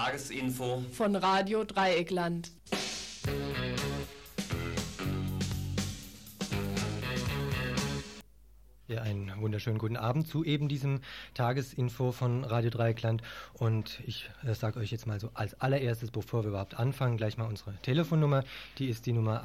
Tagesinfo von Radio Dreieckland. Ja, einen wunderschönen guten Abend zu eben diesem Tagesinfo von Radio Dreieckland. Und ich sage euch jetzt mal so als allererstes, bevor wir überhaupt anfangen, gleich mal unsere Telefonnummer. Die ist die Nummer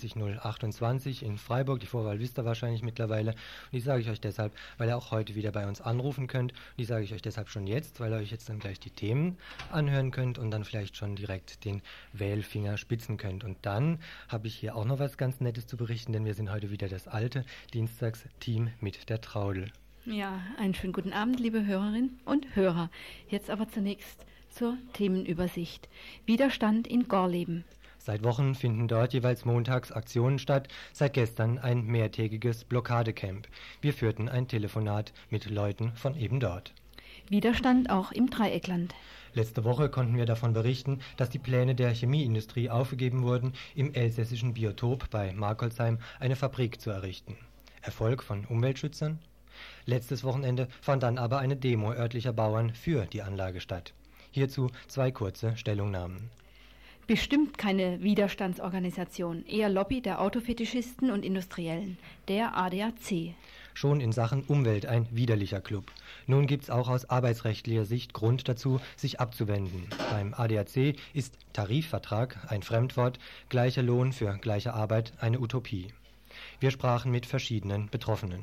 31028 in Freiburg. Die Vorwahl wisst ihr wahrscheinlich mittlerweile. Und die sage ich euch deshalb, weil ihr auch heute wieder bei uns anrufen könnt. Und die sage ich euch deshalb schon jetzt, weil ihr euch jetzt dann gleich die Themen anhören könnt und dann vielleicht schon direkt den Wählfinger spitzen könnt. Und dann habe ich hier auch noch was ganz Nettes zu berichten, denn wir sind heute wieder das alte Dienstagsteam mit der Traudel. Ja, einen schönen guten Abend, liebe Hörerinnen und Hörer. Jetzt aber zunächst zur Themenübersicht. Widerstand in Gorleben. Seit Wochen finden dort jeweils montags Aktionen statt, seit gestern ein mehrtägiges Blockadecamp. Wir führten ein Telefonat mit Leuten von eben dort. Widerstand auch im Dreieckland. Letzte Woche konnten wir davon berichten, dass die Pläne der Chemieindustrie aufgegeben wurden, im elsässischen Biotop bei Markolsheim eine Fabrik zu errichten. Erfolg von Umweltschützern? Letztes Wochenende fand dann aber eine Demo örtlicher Bauern für die Anlage statt. Hierzu 2 kurze Stellungnahmen. Bestimmt keine Widerstandsorganisation, eher Lobby der Autofetischisten und Industriellen, der ADAC. Schon in Sachen Umwelt ein widerlicher Club. Nun gibt's auch aus arbeitsrechtlicher Sicht Grund dazu, sich abzuwenden. Beim ADAC ist Tarifvertrag ein Fremdwort, gleicher Lohn für gleiche Arbeit eine Utopie. Wir sprachen mit verschiedenen Betroffenen.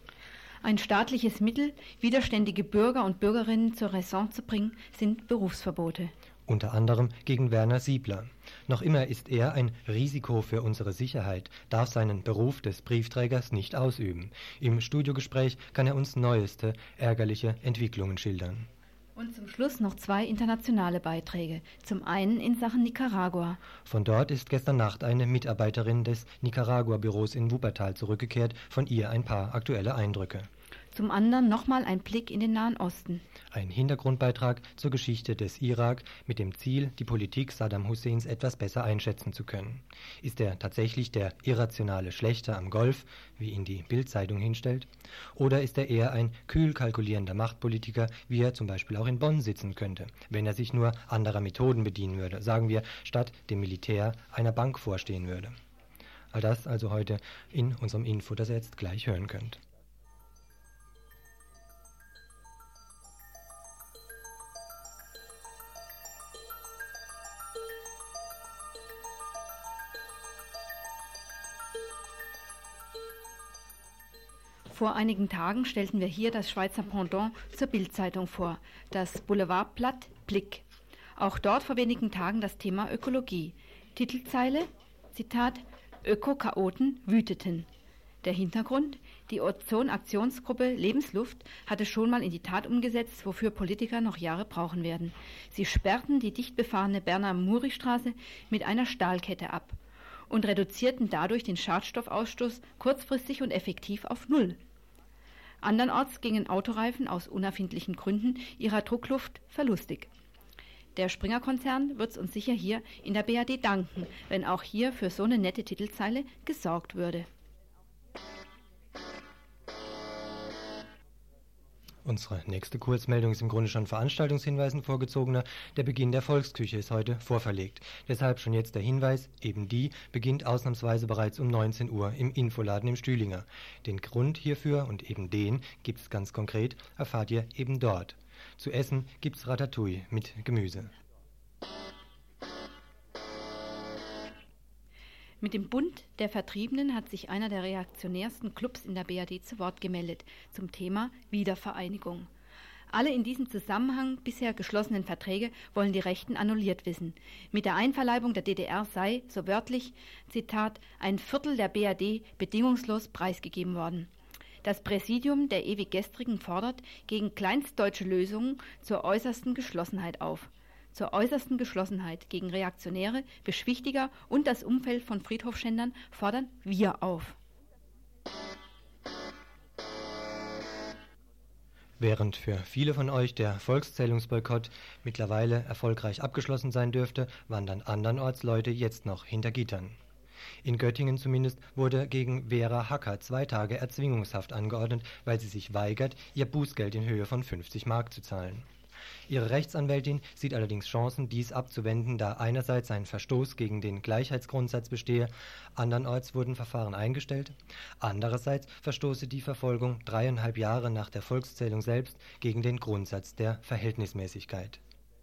Ein staatliches Mittel, widerständige Bürger und Bürgerinnen zur Raison zu bringen, sind Berufsverbote. Unter anderem gegen Werner Siebler. Noch immer ist er ein Risiko für unsere Sicherheit, darf seinen Beruf des Briefträgers nicht ausüben. Im Studiogespräch kann er uns neueste, ärgerliche Entwicklungen schildern. Und zum Schluss noch 2 internationale Beiträge. Zum einen in Sachen Nicaragua. Von dort ist gestern Nacht eine Mitarbeiterin des Nicaragua-Büros in Wuppertal zurückgekehrt. Von ihr ein paar aktuelle Eindrücke. Zum anderen nochmal ein Blick in den Nahen Osten. Ein Hintergrundbeitrag zur Geschichte des Irak mit dem Ziel, die Politik Saddam Husseins etwas besser einschätzen zu können. Ist er tatsächlich der irrationale Schlächter am Golf, wie ihn die Bild-Zeitung hinstellt? Oder ist er eher ein kühl kalkulierender Machtpolitiker, wie er zum Beispiel auch in Bonn sitzen könnte, wenn er sich nur anderer Methoden bedienen würde, sagen wir, statt dem Militär einer Bank vorstehen würde? All das also heute in unserem Info, das ihr jetzt gleich hören könnt. Vor einigen Tagen stellten wir hier das Schweizer Pendant zur Bild-Zeitung vor, das Boulevardblatt Blick. Auch dort vor wenigen Tagen das Thema Ökologie. Titelzeile, Zitat, Öko-Chaoten wüteten. Der Hintergrund, die Ozon-Aktionsgruppe Lebensluft hatte schon mal in die Tat umgesetzt, wofür Politiker noch Jahre brauchen werden. Sie sperrten die dicht befahrene Berner-Muri-Straße mit einer Stahlkette ab und reduzierten dadurch den Schadstoffausstoß kurzfristig und effektiv auf 0. Andernorts gingen Autoreifen aus unerfindlichen Gründen ihrer Druckluft verlustig. Der Springer-Konzern wird's uns sicher hier in der BRD danken, wenn auch hier für so eine nette Titelzeile gesorgt würde. Unsere nächste Kurzmeldung ist im Grunde schon Veranstaltungshinweisen vorgezogener. Der Beginn der Volksküche ist heute vorverlegt. Deshalb schon jetzt der Hinweis, eben die beginnt ausnahmsweise bereits um 19 Uhr im Infoladen im Stühlinger. Den Grund hierfür und eben den gibt's ganz konkret, erfahrt ihr eben dort. Zu essen gibt's Ratatouille mit Gemüse. Mit dem Bund der Vertriebenen hat sich einer der reaktionärsten Clubs in der BRD zu Wort gemeldet zum Thema Wiedervereinigung. Alle in diesem Zusammenhang bisher geschlossenen Verträge wollen die Rechten annulliert wissen. Mit der Einverleibung der DDR sei, so wörtlich, Zitat, 1/4 der BRD bedingungslos preisgegeben worden. Das Präsidium der Ewiggestrigen fordert gegen kleinstdeutsche Lösungen zur äußersten Geschlossenheit auf. Zur äußersten Geschlossenheit gegen Reaktionäre, Beschwichtiger und das Umfeld von Friedhofschändern fordern wir auf. Während für viele von euch der Volkszählungsboykott mittlerweile erfolgreich abgeschlossen sein dürfte, wandern andernorts Leute jetzt noch hinter Gittern. In Göttingen zumindest wurde gegen Vera Hacker 2 Tage Erzwingungshaft angeordnet, weil sie sich weigert, ihr Bußgeld in Höhe von 50 Mark zu zahlen. Ihre Rechtsanwältin sieht allerdings Chancen, dies abzuwenden, da einerseits ein Verstoß gegen den Gleichheitsgrundsatz bestehe, andernorts wurden Verfahren eingestellt, andererseits verstoße die Verfolgung 3,5 Jahre nach der Volkszählung selbst gegen den Grundsatz der Verhältnismäßigkeit.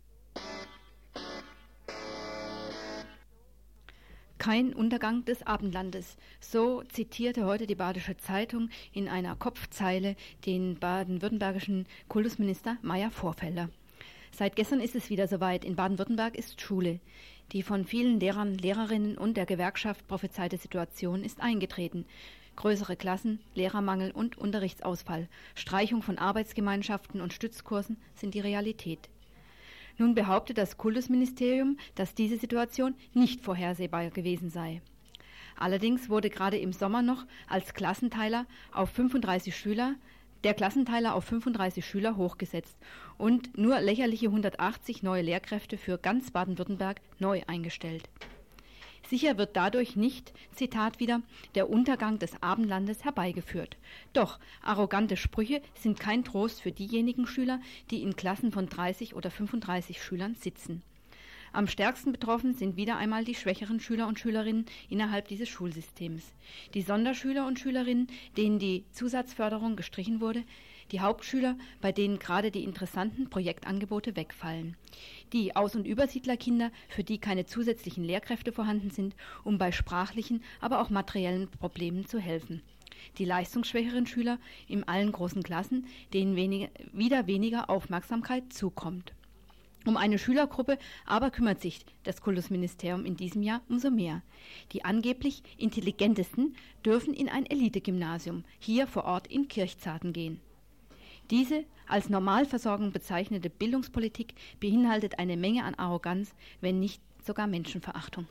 Kein Untergang des Abendlandes. So zitierte heute die Badische Zeitung in einer Kopfzeile den baden-württembergischen Kultusminister Meyer Vorfelder. Seit gestern ist es wieder soweit. In Baden-Württemberg ist Schule. Die von vielen Lehrern, Lehrerinnen und der Gewerkschaft prophezeite Situation ist eingetreten. Größere Klassen, Lehrermangel und Unterrichtsausfall, Streichung von Arbeitsgemeinschaften und Stützkursen sind die Realität. Nun behauptet das Kultusministerium, dass diese Situation nicht vorhersehbar gewesen sei. Allerdings wurde gerade im Sommer noch als Klassenteiler auf 35 Schüler der Klassenteiler auf 35 Schüler hochgesetzt und nur lächerliche 180 neue Lehrkräfte für ganz Baden-Württemberg neu eingestellt. Sicher wird dadurch nicht, Zitat wieder, der Untergang des Abendlandes herbeigeführt. Doch arrogante Sprüche sind kein Trost für diejenigen Schüler, die in Klassen von 30 oder 35 Schülern sitzen. Am stärksten betroffen sind wieder einmal die schwächeren Schüler und Schülerinnen innerhalb dieses Schulsystems. Die Sonderschüler und Schülerinnen, denen die Zusatzförderung gestrichen wurde, die Hauptschüler, bei denen gerade die interessanten Projektangebote wegfallen. Die Aus- und Übersiedlerkinder, für die keine zusätzlichen Lehrkräfte vorhanden sind, um bei sprachlichen, aber auch materiellen Problemen zu helfen. Die leistungsschwächeren Schüler in allen großen Klassen, denen wieder weniger Aufmerksamkeit zukommt. Um eine Schülergruppe aber kümmert sich das Kultusministerium in diesem Jahr umso mehr. Die angeblich Intelligentesten dürfen in ein Elitegymnasium, hier vor Ort in Kirchzarten gehen. Diese als Normalversorgung bezeichnete Bildungspolitik beinhaltet eine Menge an Arroganz, wenn nicht sogar Menschenverachtung.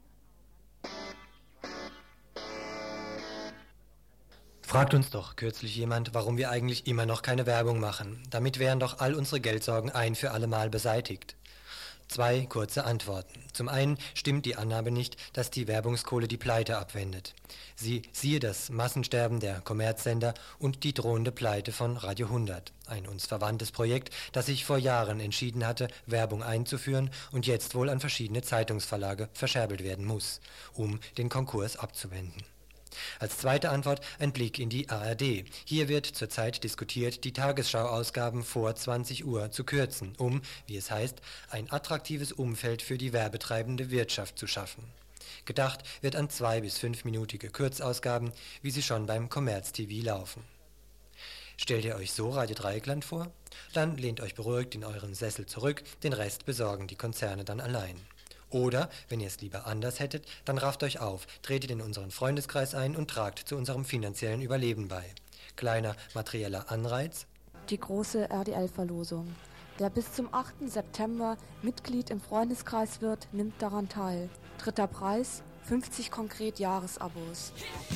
Fragt uns doch kürzlich jemand, warum wir eigentlich immer noch keine Werbung machen. Damit wären doch all unsere Geldsorgen ein für alle Mal beseitigt. 2 kurze Antworten. Zum einen stimmt die Annahme nicht, dass die Werbungskohle die Pleite abwendet. Siehe das Massensterben der Kommerzsender und die drohende Pleite von Radio 100, ein uns verwandtes Projekt, das sich vor Jahren entschieden hatte, Werbung einzuführen und jetzt wohl an verschiedene Zeitungsverlage verscherbelt werden muss, um den Konkurs abzuwenden. Als zweite Antwort ein Blick in die ARD. Hier wird zurzeit diskutiert, die Tagesschau-Ausgaben vor 20 Uhr zu kürzen, um, wie es heißt, ein attraktives Umfeld für die werbetreibende Wirtschaft zu schaffen. Gedacht wird an 2- bis 5-minütige Kurzausgaben, wie sie schon beim Kommerz-TV laufen. Stellt ihr euch so Radio Dreieckland vor? Dann lehnt euch beruhigt in euren Sessel zurück, den Rest besorgen die Konzerne dann allein. Oder, wenn ihr es lieber anders hättet, dann rafft euch auf, tretet in unseren Freundeskreis ein und tragt zu unserem finanziellen Überleben bei. Kleiner materieller Anreiz. Die große RDL-Verlosung. Wer bis zum 8. September Mitglied im Freundeskreis wird, nimmt daran teil. Dritter Preis, 50 konkret Jahresabos.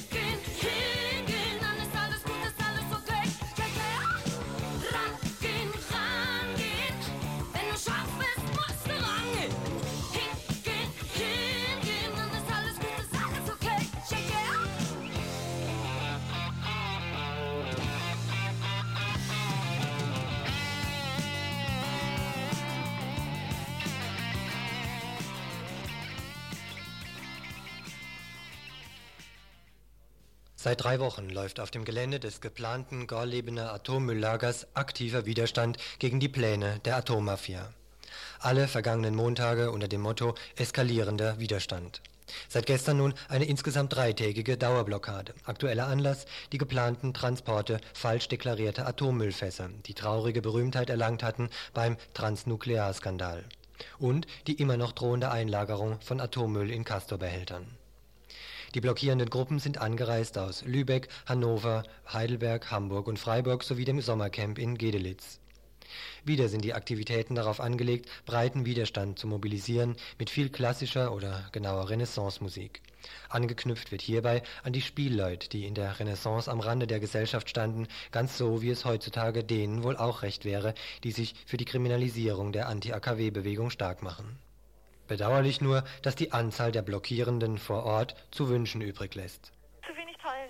Seit 3 Wochen läuft auf dem Gelände des geplanten Gorlebener Atommülllagers aktiver Widerstand gegen die Pläne der Atommafia. Alle vergangenen Montage unter dem Motto eskalierender Widerstand. Seit gestern nun eine insgesamt 3-tägige Dauerblockade. Aktueller Anlass, die geplanten Transporte falsch deklarierter Atommüllfässer, die traurige Berühmtheit erlangt hatten beim Transnuklearskandal. Und die immer noch drohende Einlagerung von Atommüll in Castor-Behältern. Die blockierenden Gruppen sind angereist aus Lübeck, Hannover, Heidelberg, Hamburg und Freiburg sowie dem Sommercamp in Gedelitz. Wieder sind die Aktivitäten darauf angelegt, breiten Widerstand zu mobilisieren mit viel klassischer oder genauer Renaissance-Musik. Angeknüpft wird hierbei an die Spielleut, die in der Renaissance am Rande der Gesellschaft standen, ganz so wie es heutzutage denen wohl auch recht wäre, die sich für die Kriminalisierung der Anti-AKW-Bewegung stark machen. Bedauerlich nur, dass die Anzahl der Blockierenden vor Ort zu wünschen übrig lässt. Zu wenig Teilnehmer.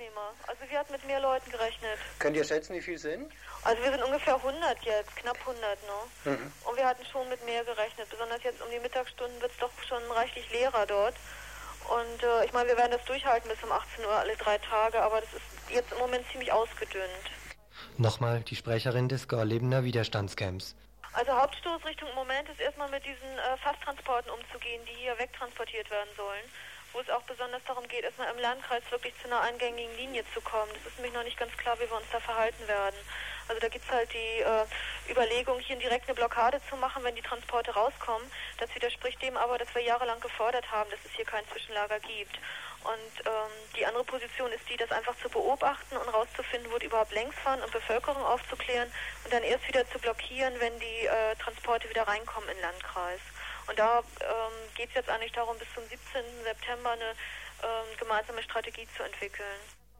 Teilnehmer. Also wir hatten mit mehr Leuten gerechnet. Könnt ihr schätzen, wie viel sind? Also wir sind ungefähr 100 jetzt, knapp 100, ne? Mhm. Und wir hatten schon mit mehr gerechnet. Besonders jetzt um die Mittagsstunden wird es doch schon reichlich leerer dort. Und ich meine, wir werden das durchhalten bis um 18 Uhr alle 3 Tage, aber das ist jetzt im Moment ziemlich ausgedünnt. Nochmal die Sprecherin des Gorlebener Widerstandscamps. Also Hauptstoßrichtung im Moment ist erstmal mit diesen Fasstransporten umzugehen, die hier wegtransportiert werden sollen. Wo es auch besonders darum geht, erstmal im Landkreis wirklich zu einer eingängigen Linie zu kommen. Das ist nämlich noch nicht ganz klar, wie wir uns da verhalten werden. Also da gibt es halt die Überlegung, hier direkt eine Blockade zu machen, wenn die Transporte rauskommen. Das widerspricht dem aber, dass wir jahrelang gefordert haben, dass es hier kein Zwischenlager gibt. Und die andere Position ist die, das einfach zu beobachten und rauszufinden, wo die überhaupt längs fahren und Bevölkerung aufzuklären und dann erst wieder zu blockieren, wenn die Transporte wieder reinkommen in den Landkreis. Und da geht es jetzt eigentlich darum, bis zum 17. September eine gemeinsame Strategie zu entwickeln.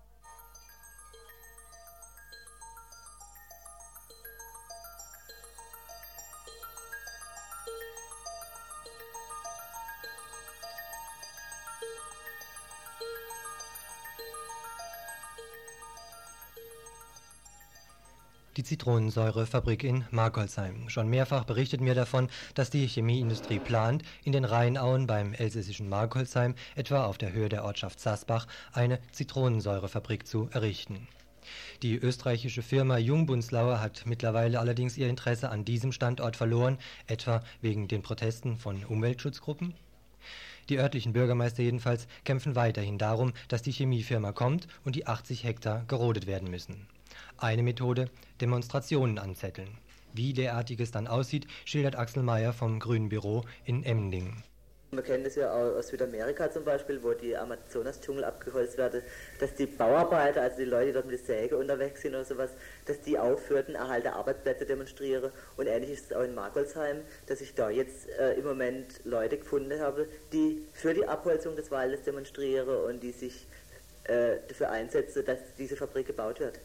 Die Zitronensäurefabrik in Markolsheim. Schon mehrfach berichtet mir davon, dass die Chemieindustrie plant, in den Rheinauen beim elsässischen Markolsheim, etwa auf der Höhe der Ortschaft Sassbach, eine Zitronensäurefabrik zu errichten. Die österreichische Firma Jungbunzlauer hat mittlerweile allerdings ihr Interesse an diesem Standort verloren, etwa wegen den Protesten von Umweltschutzgruppen. Die örtlichen Bürgermeister jedenfalls kämpfen weiterhin darum, dass die Chemiefirma kommt und die 80 Hektar gerodet werden müssen. Eine Methode, Demonstrationen anzetteln. Wie derartiges dann aussieht, schildert Axel Mayer vom Grünen Büro in Emmendingen. Man kennt es ja auch aus Südamerika zum Beispiel, wo die Amazonas-Dschungel abgeholzt werden, dass die Bauarbeiter, also die Leute, die dort mit der Säge unterwegs sind oder sowas, dass die aufhörten, Erhalt der Arbeitsplätze demonstrieren. Und ähnlich ist es auch in Markolsheim, dass ich da jetzt im Moment Leute gefunden habe, die für die Abholzung des Waldes demonstrieren und die sich dafür einsetzen, dass diese Fabrik gebaut wird.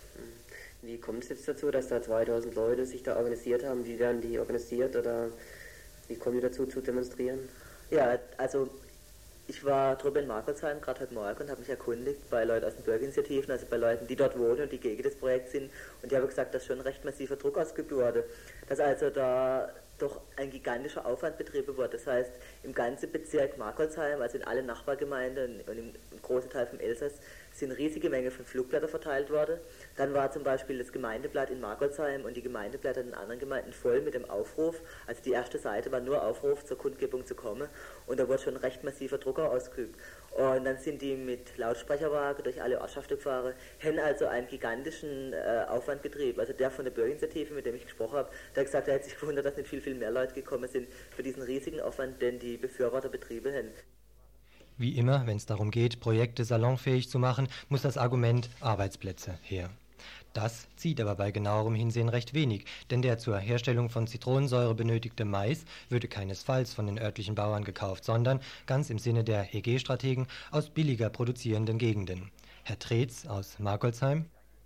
Wie kommt es jetzt dazu, dass da 2000 Leute sich da organisiert haben? Wie werden die organisiert oder wie kommen die dazu zu demonstrieren? Ja, also ich war drüber in Markolsheim gerade heute Morgen und habe mich erkundigt bei Leuten aus den Bürgerinitiativen, also bei Leuten, die dort wohnen und die gegen das Projekt sind. Und die haben gesagt, dass schon recht massiver Druck ausgeübt wurde. Dass also da doch ein gigantischer Aufwand betrieben wird. Das heißt, im ganzen Bezirk Markolsheim, also in allen Nachbargemeinden und im großen Teil vom Elsass, sind riesige Mengen von Flugblättern verteilt worden. Dann war zum Beispiel das Gemeindeblatt in Markolsheim und die Gemeindeblätter in anderen Gemeinden voll mit dem Aufruf. Also die erste Seite war nur Aufruf, zur Kundgebung zu kommen. Und da wurde schon recht massiver Druck ausgeübt. Und dann sind die mit Lautsprecherwagen durch alle Ortschaften gefahren, haben also einen gigantischen Aufwand betrieben. Also der von der Bürgerinitiative, mit dem ich gesprochen habe, der hat gesagt, er hat sich gewundert, dass nicht viel mehr Leute gekommen sind für diesen riesigen Aufwand, den die Befürworter betrieben haben. Wie immer, wenn es darum geht, Projekte salonfähig zu machen, muss das Argument Arbeitsplätze her. Das zieht aber bei genauerem Hinsehen recht wenig, denn der zur Herstellung von Zitronensäure benötigte Mais würde keinesfalls von den örtlichen Bauern gekauft, sondern, ganz im Sinne der EG-Strategen, aus billiger produzierenden Gegenden. Herr Treetz aus Markolsheim.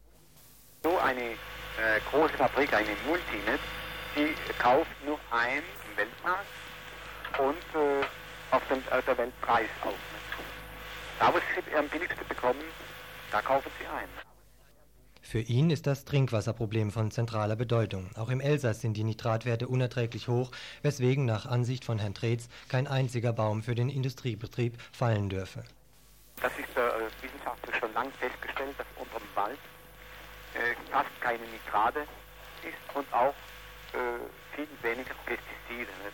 So eine große Fabrik, eine Multinet, die kauft nur ein im Weltmarkt und auf der Welt Preis auf. Da, wo sie am billigsten bekommen, da kaufen sie ein. Für ihn ist das Trinkwasserproblem von zentraler Bedeutung. Auch im Elsass sind die Nitratwerte unerträglich hoch, weswegen nach Ansicht von Herrn Treetz kein einziger Baum für den Industriebetrieb fallen dürfe. Das ist wissenschaftlich schon lange festgestellt, dass unter dem Wald fast keine Nitrate ist und auch viel weniger Pestizide. Nicht?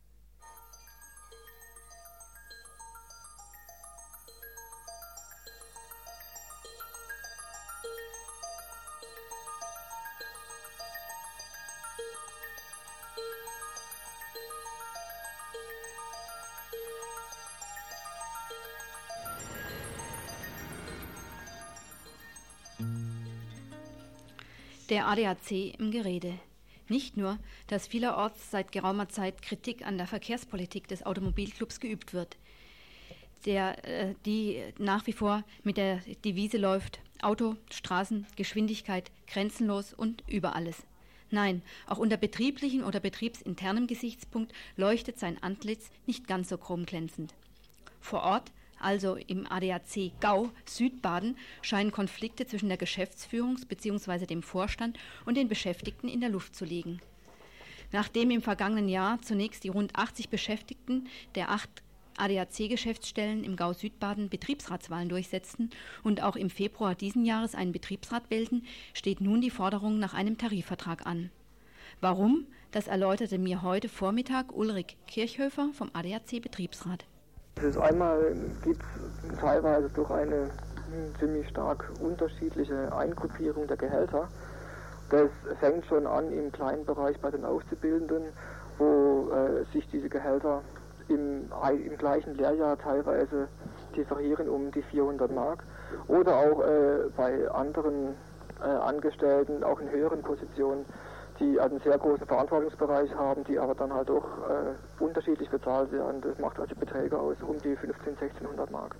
Der ADAC im Gerede. Nicht nur, dass vielerorts seit geraumer Zeit Kritik an der Verkehrspolitik des Automobilclubs geübt wird, die nach wie vor mit der Devise läuft: Auto, Straßen, Geschwindigkeit, grenzenlos und über alles. Nein, auch unter betrieblichen oder betriebsinternem Gesichtspunkt leuchtet sein Antlitz nicht ganz so chromglänzend. Vor Ort also im ADAC Gau Südbaden, scheinen Konflikte zwischen der Geschäftsführung bzw. dem Vorstand und den Beschäftigten in der Luft zu liegen. Nachdem im vergangenen Jahr zunächst die rund 80 Beschäftigten der 8 ADAC-Geschäftsstellen im Gau Südbaden Betriebsratswahlen durchsetzten und auch im Februar diesen Jahres einen Betriebsrat wählten, steht nun die Forderung nach einem Tarifvertrag an. Warum? Das erläuterte mir heute Vormittag Ulrich Kirchhöfer vom ADAC-Betriebsrat. Einmal gibt es teilweise durch eine ziemlich stark unterschiedliche Eingruppierung der Gehälter. Das fängt schon an im kleinen Bereich bei den Auszubildenden, wo sich diese Gehälter im gleichen Lehrjahr teilweise differieren um die 400 Mark. Oder auch bei anderen Angestellten, auch in höheren Positionen, die einen sehr großen Verantwortungsbereich haben, die aber dann halt auch unterschiedlich bezahlt werden. Das macht also Beträge aus um die 1.500–1.600 Mark.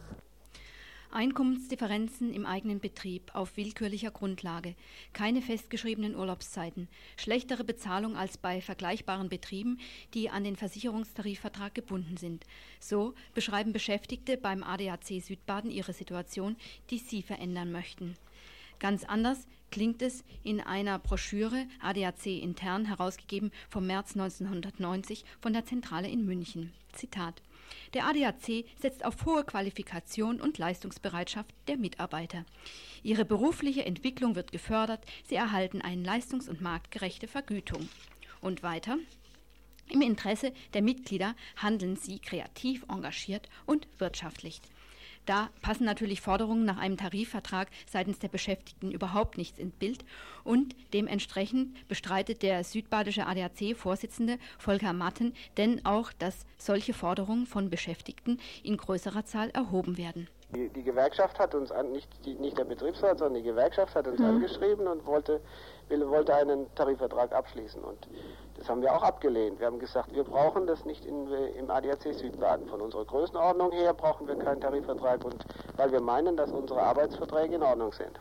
Einkommensdifferenzen im eigenen Betrieb auf willkürlicher Grundlage, keine festgeschriebenen Urlaubszeiten, schlechtere Bezahlung als bei vergleichbaren Betrieben, die an den Versicherungstarifvertrag gebunden sind. So beschreiben Beschäftigte beim ADAC Südbaden ihre Situation, die sie verändern möchten. Ganz anders klingt es in einer Broschüre ADAC intern, herausgegeben vom März 1990 von der Zentrale in München. Zitat: Der ADAC setzt auf hohe Qualifikation und Leistungsbereitschaft der Mitarbeiter. Ihre berufliche Entwicklung wird gefördert, sie erhalten eine leistungs- und marktgerechte Vergütung. Und weiter: Im Interesse der Mitglieder handeln sie kreativ, engagiert und wirtschaftlich. Da passen natürlich Forderungen nach einem Tarifvertrag seitens der Beschäftigten überhaupt nichts ins Bild und dementsprechend bestreitet der südbadische ADAC-Vorsitzende Volker Matten denn auch, dass solche Forderungen von Beschäftigten in größerer Zahl erhoben werden. Die Gewerkschaft hat uns, nicht der Betriebsrat, sondern die Gewerkschaft hat uns angeschrieben und wollte einen Tarifvertrag abschließen. Und das haben wir auch abgelehnt. Wir haben gesagt, wir brauchen das nicht im ADAC Südbaden. Von unserer Größenordnung her brauchen wir keinen Tarifvertrag, und weil wir meinen, dass unsere Arbeitsverträge in Ordnung sind.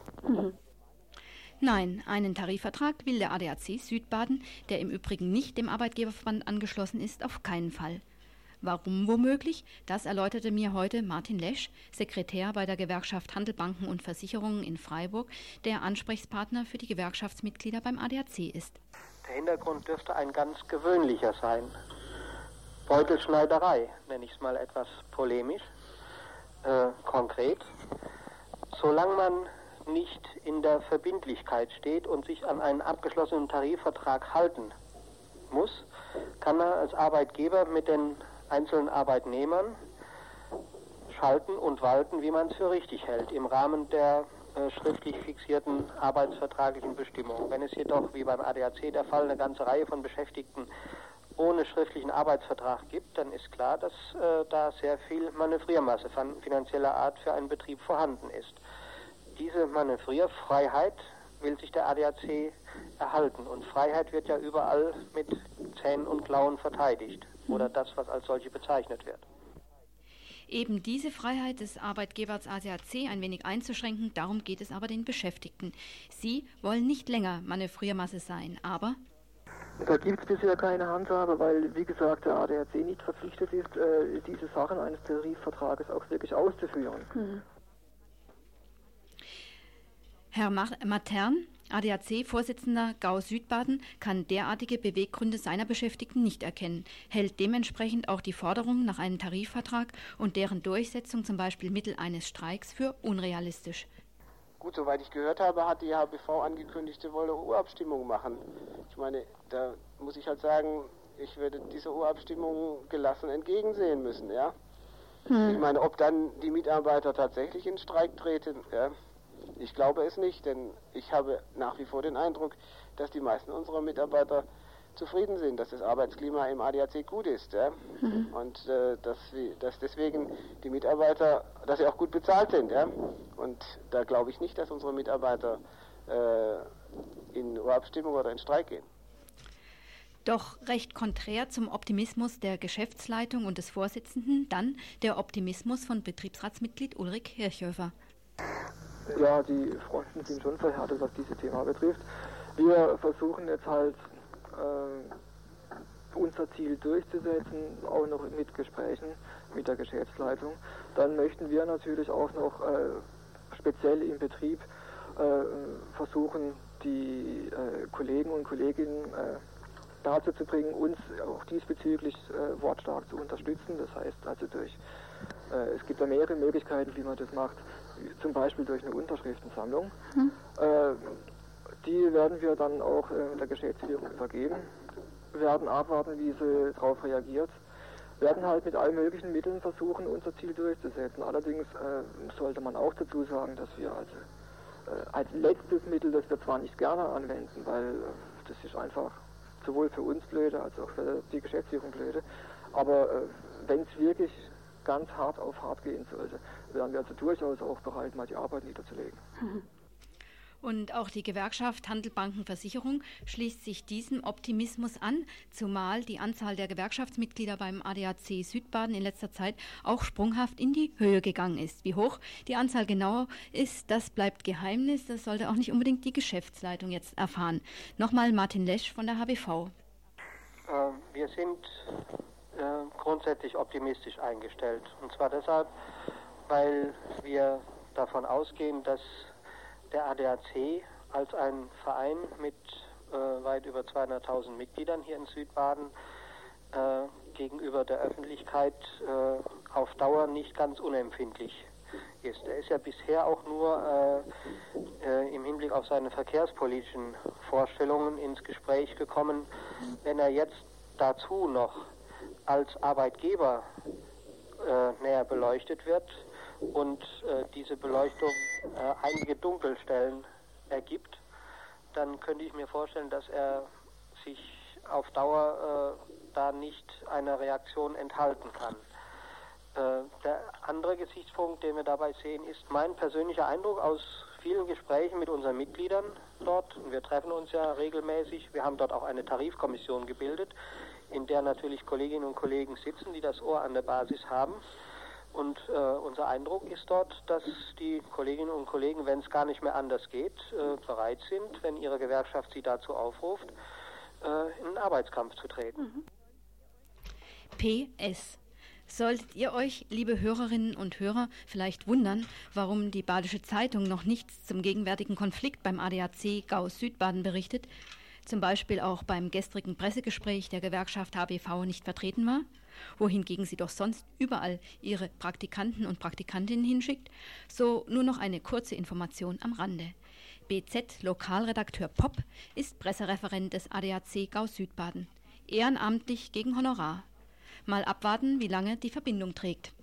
Nein, einen Tarifvertrag will der ADAC Südbaden, der im Übrigen nicht dem Arbeitgeberverband angeschlossen ist, auf keinen Fall. Warum womöglich? Das erläuterte mir heute Martin Lesch, Sekretär bei der Gewerkschaft Handel, Banken und Versicherungen in Freiburg, der Ansprechpartner für die Gewerkschaftsmitglieder beim ADAC ist. Der Hintergrund dürfte ein ganz gewöhnlicher sein. Beutelschneiderei, nenne ich es mal etwas polemisch, konkret. Solange man nicht in der Verbindlichkeit steht und sich an einen abgeschlossenen Tarifvertrag halten muss, kann er als Arbeitgeber mit den einzelnen Arbeitnehmern schalten und walten, wie man es für richtig hält, im Rahmen der schriftlich fixierten arbeitsvertraglichen Bestimmungen. Wenn es jedoch, wie beim ADAC der Fall, eine ganze Reihe von Beschäftigten ohne schriftlichen Arbeitsvertrag gibt, dann ist klar, dass da sehr viel Manövriermasse von finanzieller Art für einen Betrieb vorhanden ist. Diese Manövrierfreiheit will sich der ADAC erhalten. Und Freiheit wird ja überall mit Zähnen und Klauen verteidigt. Oder das, was als solche bezeichnet wird. Eben diese Freiheit des Arbeitgebers ADAC ein wenig einzuschränken, darum geht es aber den Beschäftigten. Sie wollen nicht länger Manövriermasse sein, aber... Da gibt es bisher keine Handhabe, weil, wie gesagt, der ADAC nicht verpflichtet ist, diese Sachen eines Tarifvertrages auch wirklich auszuführen. Herr Matern, ADAC-Vorsitzender Gau Südbaden, kann derartige Beweggründe seiner Beschäftigten nicht erkennen, hält dementsprechend auch die Forderung nach einem Tarifvertrag und deren Durchsetzung zum Beispiel mittel eines Streiks für unrealistisch. Gut, soweit ich gehört habe, hat die HBV angekündigt, sie wolle Urabstimmung machen. Ich meine, da muss ich halt sagen, ich werde dieser Urabstimmung gelassen entgegensehen müssen, ja. Ich meine, ob dann die Mitarbeiter tatsächlich in Streik treten, ja. Ich glaube es nicht, denn ich habe nach wie vor den Eindruck, dass die meisten unserer Mitarbeiter zufrieden sind, dass das Arbeitsklima im ADAC gut ist, ja? Und dass deswegen die Mitarbeiter, dass sie auch gut bezahlt sind, ja? Und da glaube ich nicht, dass unsere Mitarbeiter in Urabstimmung oder in Streik gehen. Doch recht konträr zum Optimismus der Geschäftsleitung und des Vorsitzenden dann der Optimismus von Betriebsratsmitglied Ulrich Kirchhöfer. Ja, die Fronten sind schon verhärtet, was dieses Thema betrifft. Wir versuchen jetzt halt unser Ziel durchzusetzen, auch noch mit Gesprächen mit der Geschäftsleitung. Dann möchten wir natürlich auch noch speziell im Betrieb versuchen, die Kollegen und Kolleginnen dazu zu bringen, uns auch diesbezüglich wortstark zu unterstützen. Das heißt also es gibt da mehrere Möglichkeiten, wie man das macht, zum Beispiel durch eine Unterschriftensammlung. Die werden wir dann auch der Geschäftsführung übergeben, werden abwarten, wie sie darauf reagiert, werden halt mit allen möglichen Mitteln versuchen, unser Ziel durchzusetzen. Allerdings sollte man auch dazu sagen, dass wir also als letztes Mittel, das wir zwar nicht gerne anwenden, weil das ist einfach sowohl für uns blöde als auch für die Geschäftsführung blöde, aber wenn es wirklich ganz hart auf hart gehen sollte, wären wir also durchaus auch bereit, mal die Arbeit niederzulegen. Und auch die Gewerkschaft Handel, Banken, Versicherung schließt sich diesem Optimismus an, zumal die Anzahl der Gewerkschaftsmitglieder beim ADAC Südbaden in letzter Zeit auch sprunghaft in die Höhe gegangen ist. Wie hoch die Anzahl genau ist, das bleibt Geheimnis. Das sollte auch nicht unbedingt die Geschäftsleitung jetzt erfahren. Nochmal Martin Lesch von der HBV. Wir sind grundsätzlich optimistisch eingestellt. Und zwar deshalb, weil wir davon ausgehen, dass der ADAC als ein Verein mit weit über 200.000 Mitgliedern hier in Südbaden gegenüber der Öffentlichkeit auf Dauer nicht ganz unempfindlich ist. Er ist ja bisher auch nur im Hinblick auf seine verkehrspolitischen Vorstellungen ins Gespräch gekommen. Wenn er jetzt dazu noch als Arbeitgeber näher beleuchtet wird und diese Beleuchtung einige Dunkelstellen ergibt, dann könnte ich mir vorstellen, dass er sich auf Dauer da nicht einer Reaktion enthalten kann. Der andere Gesichtspunkt, den wir dabei sehen, ist mein persönlicher Eindruck aus vielen Gesprächen mit unseren Mitgliedern dort. Und wir treffen uns ja regelmäßig. Wir haben dort auch eine Tarifkommission gebildet, in der natürlich Kolleginnen und Kollegen sitzen, die das Ohr an der Basis haben. Und unser Eindruck ist dort, dass die Kolleginnen und Kollegen, wenn es gar nicht mehr anders geht, bereit sind, wenn ihre Gewerkschaft sie dazu aufruft, in einen Arbeitskampf zu treten. PS. Solltet ihr euch, liebe Hörerinnen und Hörer, vielleicht wundern, warum die Badische Zeitung noch nichts zum gegenwärtigen Konflikt beim ADAC Gauß Südbaden berichtet, zum Beispiel auch beim gestrigen Pressegespräch der Gewerkschaft HBV nicht vertreten war, wohingegen sie doch sonst überall ihre Praktikanten und Praktikantinnen hinschickt, so nur noch eine kurze Information am Rande. BZ-Lokalredakteur Popp ist Pressereferent des ADAC Gauß Südbaden, ehrenamtlich gegen Honorar. Mal abwarten, wie lange die Verbindung trägt.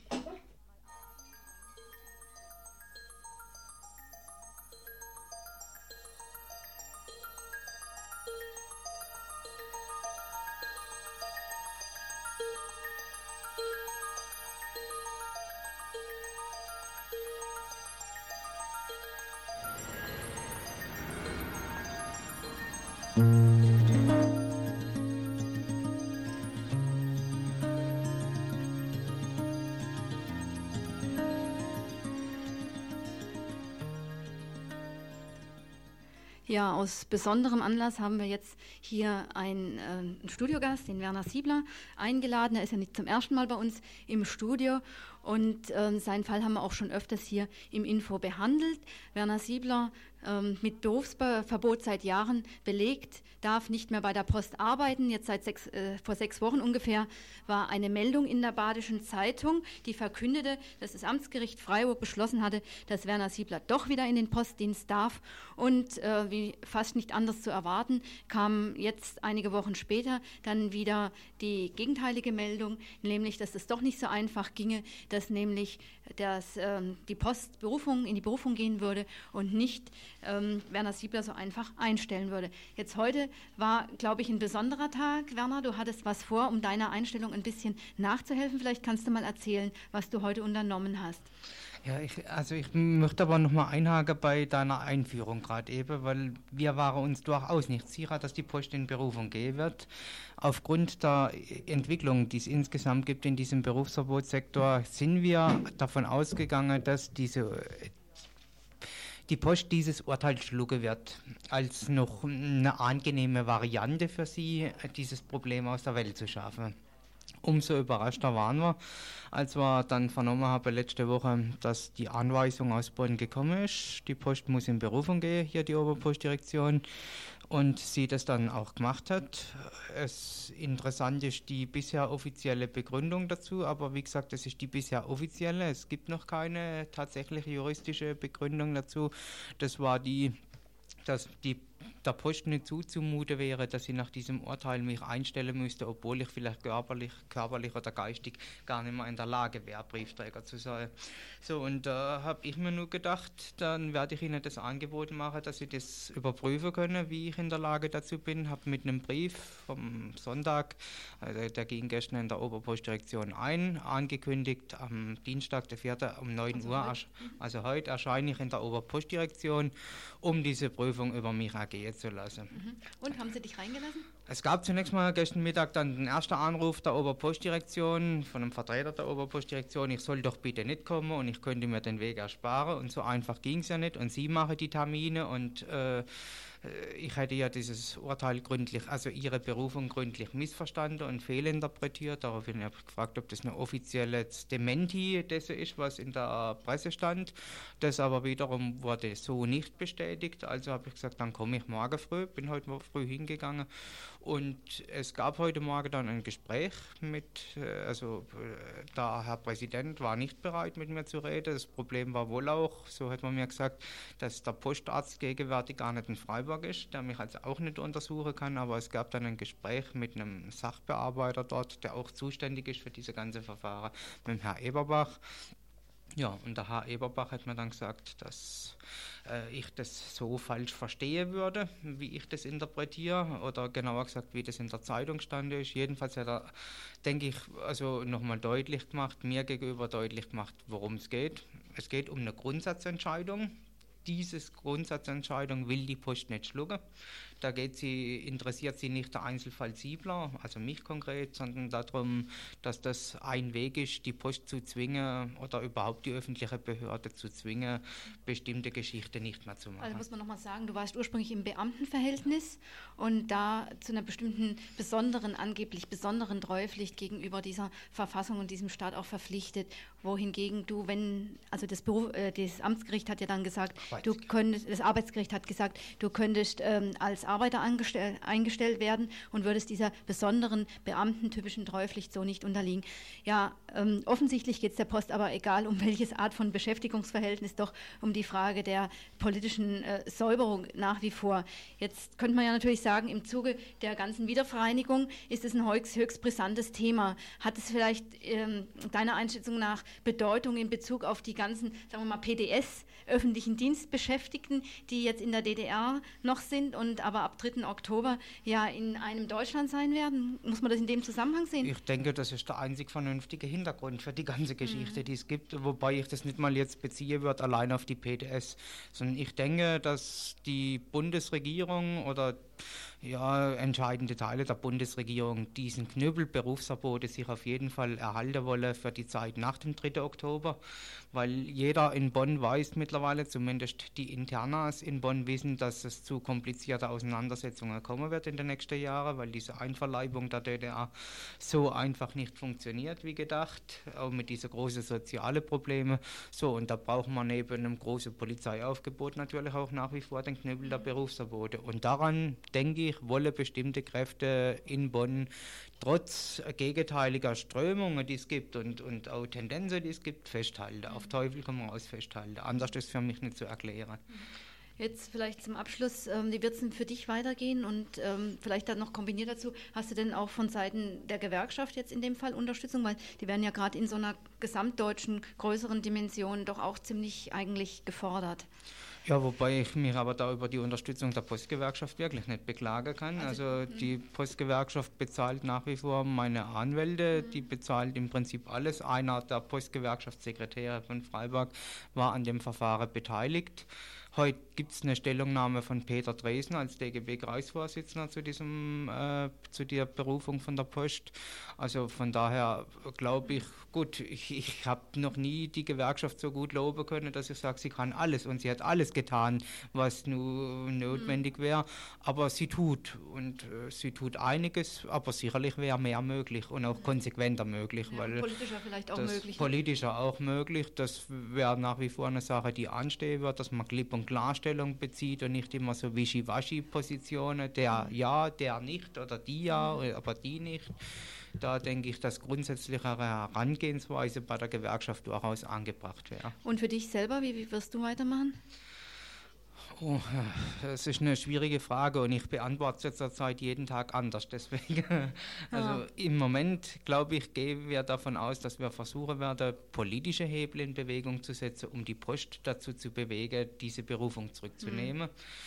Ja, aus besonderem Anlass haben wir jetzt hier einen Studiogast, den Werner Siebler, eingeladen. Er ist ja nicht zum ersten Mal bei uns im Studio und seinen Fall haben wir auch schon öfters hier im Info behandelt. Werner Siebler, mit Berufsverbot seit Jahren belegt, darf nicht mehr bei der Post arbeiten. Jetzt vor 6 Wochen ungefähr war eine Meldung in der Badischen Zeitung, die verkündete, dass das Amtsgericht Freiburg beschlossen hatte, dass Werner Siebler doch wieder in den Postdienst darf. Und wie fast nicht anders zu erwarten, kam jetzt einige Wochen später dann wieder die gegenteilige Meldung, nämlich, dass es doch nicht so einfach ginge, dass nämlich die Post in die Berufung gehen würde und nicht Werner Siebler so einfach einstellen würde. Jetzt heute war, glaube ich, ein besonderer Tag. Werner, du hattest was vor, um deiner Einstellung ein bisschen nachzuhelfen. Vielleicht kannst du mal erzählen, was du heute unternommen hast. Ja, ich möchte aber nochmal einhaken bei deiner Einführung gerade eben, weil wir waren uns durchaus nicht sicher, dass die Post in Berufung gehen wird. Aufgrund der Entwicklung, die es insgesamt gibt in diesem Berufsverbotssektor, sind wir davon ausgegangen, dass die Post dieses Urteil schlucken wird, als noch eine angenehme Variante für sie, dieses Problem aus der Welt zu schaffen. Umso überraschter waren wir, als wir dann vernommen haben letzte Woche, dass die Anweisung aus Bonn gekommen ist. Die Post muss in Berufung gehen, hier die Oberpostdirektion, und sie das dann auch gemacht hat. Interessant ist die bisher offizielle Begründung dazu, aber wie gesagt, das ist die bisher offizielle. Es gibt noch keine tatsächliche juristische Begründung dazu. Das war dass der Post nicht zuzumuten wäre, dass sie nach diesem Urteil mich einstellen müsste, obwohl ich vielleicht körperlich oder geistig gar nicht mehr in der Lage wäre, Briefträger zu sein. So, und da habe ich mir nur gedacht, dann werde ich Ihnen das Angebot machen, dass Sie das überprüfen können, wie ich in der Lage dazu bin. Habe mit einem Brief vom Sonntag, der ging gestern in der Oberpostdirektion ein, angekündigt, am Dienstag, der 4. um 9 Uhr, also heute erscheine ich in der Oberpostdirektion, um diese Prüfung über mich ergehen zu lassen. Und haben Sie dich reingelassen? Es gab zunächst mal gestern Mittag dann den ersten Anruf der Oberpostdirektion, von einem Vertreter der Oberpostdirektion, ich soll doch bitte nicht kommen und ich könnte mir den Weg ersparen, und so einfach ging es ja nicht, und Sie machen die Termine, und ich hätte ja dieses Urteil gründlich, also Ihre Berufung gründlich missverstanden und fehlinterpretiert. Daraufhin habe ich gefragt, ob das eine offizielle Dementi dessen ist, was in der Presse stand. Das aber wiederum wurde so nicht bestätigt. Also habe ich gesagt, dann komme ich morgen früh. Bin heute früh hingegangen, und es gab heute Morgen dann ein Gespräch der Herr Präsident war nicht bereit, mit mir zu reden. Das Problem war wohl auch, so hat man mir gesagt, dass der Postarzt gegenwärtig gar nicht in Freiburg ist, der mich also auch nicht untersuchen kann, aber es gab dann ein Gespräch mit einem Sachbearbeiter dort, der auch zuständig ist für diese ganze Verfahren, mit dem Herrn Eberbach. Ja, und der Herr Eberbach hat mir dann gesagt, dass ich das so falsch verstehen würde, wie ich das interpretiere, oder genauer gesagt, wie das in der Zeitung stand ist. Jedenfalls hat er, denke ich, also nochmal deutlich gemacht, mir gegenüber deutlich gemacht, worum es geht. Es geht um eine Grundsatzentscheidung. Diese Grundsatzentscheidung will die Post nicht schlucken. Da interessiert sie nicht der Einzelfall Siebler, also mich konkret, sondern darum, dass das ein Weg ist, die Post zu zwingen oder überhaupt die öffentliche Behörde zu zwingen, bestimmte Geschichten nicht mehr zu machen. Also muss man nochmal sagen, du warst ursprünglich im Beamtenverhältnis und da zu einer bestimmten angeblich besonderen Treupflicht gegenüber dieser Verfassung und diesem Staat auch verpflichtet, wohingegen du, das Amtsgericht hat ja dann gesagt, das Arbeitsgericht hat gesagt, du könntest als Arbeiter eingestellt werden und würdest dieser besonderen beamtentypischen Treupflicht so nicht unterliegen. Ja, offensichtlich geht es der Post aber, egal um welches Art von Beschäftigungsverhältnis, doch um die Frage der politischen Säuberung nach wie vor. Jetzt könnte man ja natürlich sagen, im Zuge der ganzen Wiedervereinigung ist es ein höchst brisantes Thema. Hat es vielleicht deiner Einschätzung nach Bedeutung in Bezug auf die ganzen, sagen wir mal, PDS, öffentlichen Dienstbeschäftigten, die jetzt in der DDR noch sind und aber ab 3. Oktober ja in einem Deutschland sein werden? Muss man das in dem Zusammenhang sehen? Ich denke, das ist der einzig vernünftige Hintergrund für die ganze Geschichte, die es gibt, wobei ich das nicht mal jetzt beziehe würde, allein auf die PDS, sondern ich denke, dass die Bundesregierung oder entscheidende Teile der Bundesregierung diesen Knüppel Berufsverbote sich auf jeden Fall erhalten wolle für die Zeit nach dem 3. Oktober, weil jeder in Bonn weiß mittlerweile, zumindest die Internas in Bonn wissen, dass es zu komplizierten Auseinandersetzungen kommen wird in den nächsten Jahren, weil diese Einverleibung der DDR so einfach nicht funktioniert wie gedacht, auch mit diesen großen sozialen Problemen. So, und da braucht man neben einem großen Polizeiaufgebot natürlich auch nach wie vor den Knüppel der Berufsverbote. Und daran, denke ich, wolle bestimmte Kräfte in Bonn trotz gegenteiliger Strömungen, die es gibt und auch Tendenzen, die es gibt, festhalten. Auf Teufel komm raus festhalten. Anders ist für mich nicht zu erklären. Jetzt vielleicht zum Abschluss, wie wird es denn für dich weitergehen und vielleicht dann noch kombiniert dazu, hast du denn auch von Seiten der Gewerkschaft jetzt in dem Fall Unterstützung, weil die werden ja gerade in so einer gesamtdeutschen, größeren Dimension doch auch ziemlich eigentlich gefordert. Ja, wobei ich mich aber da über die Unterstützung der Postgewerkschaft wirklich nicht beklagen kann. Also die Postgewerkschaft bezahlt nach wie vor meine Anwälte, die bezahlt im Prinzip alles. Einer der Postgewerkschaftssekretäre von Freiburg war an dem Verfahren beteiligt. Heute gibt es eine Stellungnahme von Peter Dresen als DGB-Kreisvorsitzender zu der Berufung von der Post. Also von daher glaube ich, gut, ich habe noch nie die Gewerkschaft so gut loben können, dass ich sage, sie kann alles und sie hat alles getan, was nur notwendig wäre. Aber sie tut und sie tut einiges, aber sicherlich wäre mehr möglich und auch konsequenter möglich. Ja, weil politischer vielleicht auch das möglich. Politischer auch möglich. Das wäre nach wie vor eine Sache, die anstehen wird, dass man klipp und Klarstellung bezieht und nicht immer so Wischiwaschi-Positionen, der ja, der nicht oder die ja, aber die nicht. Da denke ich, dass grundsätzlichere Herangehensweise bei der Gewerkschaft durchaus angebracht wäre. Und für dich selber, wie wirst du weitermachen? Oh, das ist eine schwierige Frage und ich beantworte es zurzeit jeden Tag anders. Deswegen, also im Moment, glaube ich, gehen wir davon aus, dass wir versuchen werden, politische Hebel in Bewegung zu setzen, um die Post dazu zu bewegen, diese Berufung zurückzunehmen.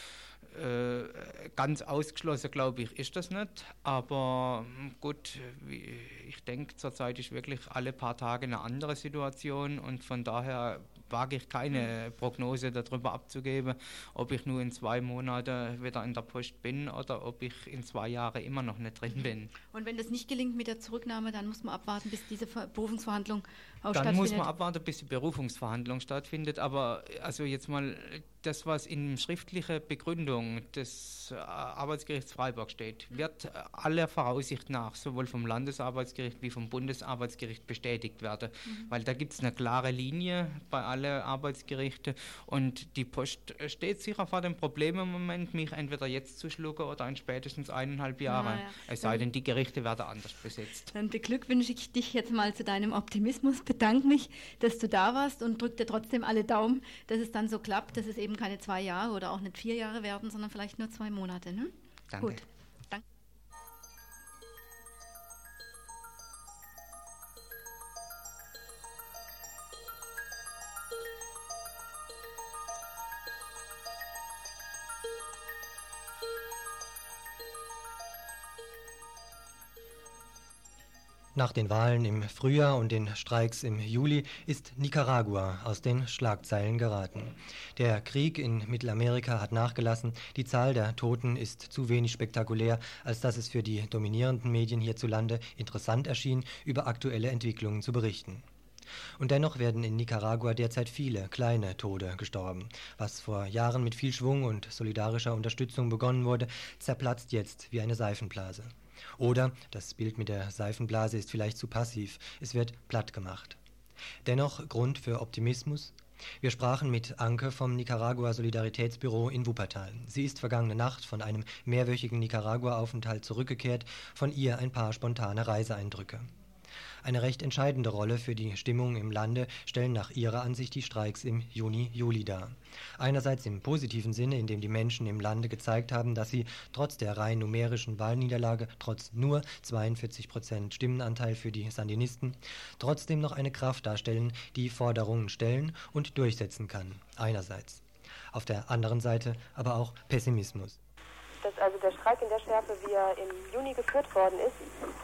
Ganz ausgeschlossen, glaube ich, ist das nicht. Aber gut, ich denke, zurzeit ist wirklich alle paar Tage eine andere Situation und von daher wage ich keine Prognose darüber abzugeben, ob ich nur in 2 Monaten wieder in der Post bin oder ob ich in 2 Jahren immer noch nicht drin bin. Und wenn das nicht gelingt mit der Zurücknahme, dann muss man abwarten, bis diese Berufungsverhandlung auch stattfindet? Dann muss man abwarten, bis die Berufungsverhandlung stattfindet. Aber also jetzt mal das, was in schriftlicher Begründung des Arbeitsgerichts Freiburg steht, wird aller Voraussicht nach sowohl vom Landesarbeitsgericht wie vom Bundesarbeitsgericht bestätigt werden. Weil da gibt es eine klare Linie bei allen Arbeitsgerichten und die Post steht sicher vor dem Problem im Moment, mich entweder jetzt zu schlucken oder in spätestens 1,5 Jahren. Es sei denn, die Gerichte werden anders besetzt. Dann beglückwünsche ich dich jetzt mal zu deinem Optimismus, bedanke mich, dass du da warst und drücke dir trotzdem alle Daumen, dass es dann so klappt, dass es eben keine 2 Jahre oder auch nicht 4 Jahre werden, sondern vielleicht nur 2 Monate. Ne? Danke. Gut. Danke. Nach den Wahlen im Frühjahr und den Streiks im Juli ist Nicaragua aus den Schlagzeilen geraten. Der Krieg in Mittelamerika hat nachgelassen, die Zahl der Toten ist zu wenig spektakulär, als dass es für die dominierenden Medien hierzulande interessant erschien, über aktuelle Entwicklungen zu berichten. Und dennoch werden in Nicaragua derzeit viele kleine Tode gestorben. Was vor Jahren mit viel Schwung und solidarischer Unterstützung begonnen wurde, zerplatzt jetzt wie eine Seifenblase. Oder, das Bild mit der Seifenblase ist vielleicht zu passiv, es wird platt gemacht. Dennoch Grund für Optimismus? Wir sprachen mit Anke vom Nicaragua Solidaritätsbüro in Wuppertal. Sie ist vergangene Nacht von einem mehrwöchigen Nicaragua-Aufenthalt zurückgekehrt, von ihr ein paar spontane Reiseeindrücke. Eine recht entscheidende Rolle für die Stimmung im Lande stellen nach ihrer Ansicht die Streiks im Juni, Juli dar. Einerseits im positiven Sinne, indem die Menschen im Lande gezeigt haben, dass sie trotz der rein numerischen Wahlniederlage, trotz nur 42% Stimmenanteil für die Sandinisten, trotzdem noch eine Kraft darstellen, die Forderungen stellen und durchsetzen kann. Einerseits. Auf der anderen Seite aber auch Pessimismus. Dass also der Streik in der Schärfe, wie er im Juni geführt worden ist,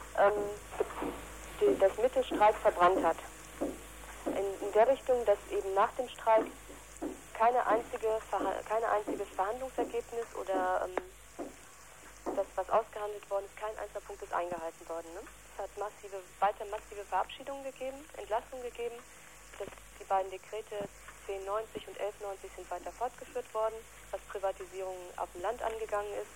das Mittelstreik verbrannt hat. In der Richtung, dass eben nach dem Streik kein einziges Verhandlungsergebnis oder das, was ausgehandelt worden ist, kein einziger Punkt ist eingehalten worden. Ne? Es hat weiter massive Verabschiedungen gegeben, Entlassungen gegeben. Die beiden Dekrete 1090 und 1190 sind weiter fortgeführt worden, was Privatisierung auf dem Land angegangen ist.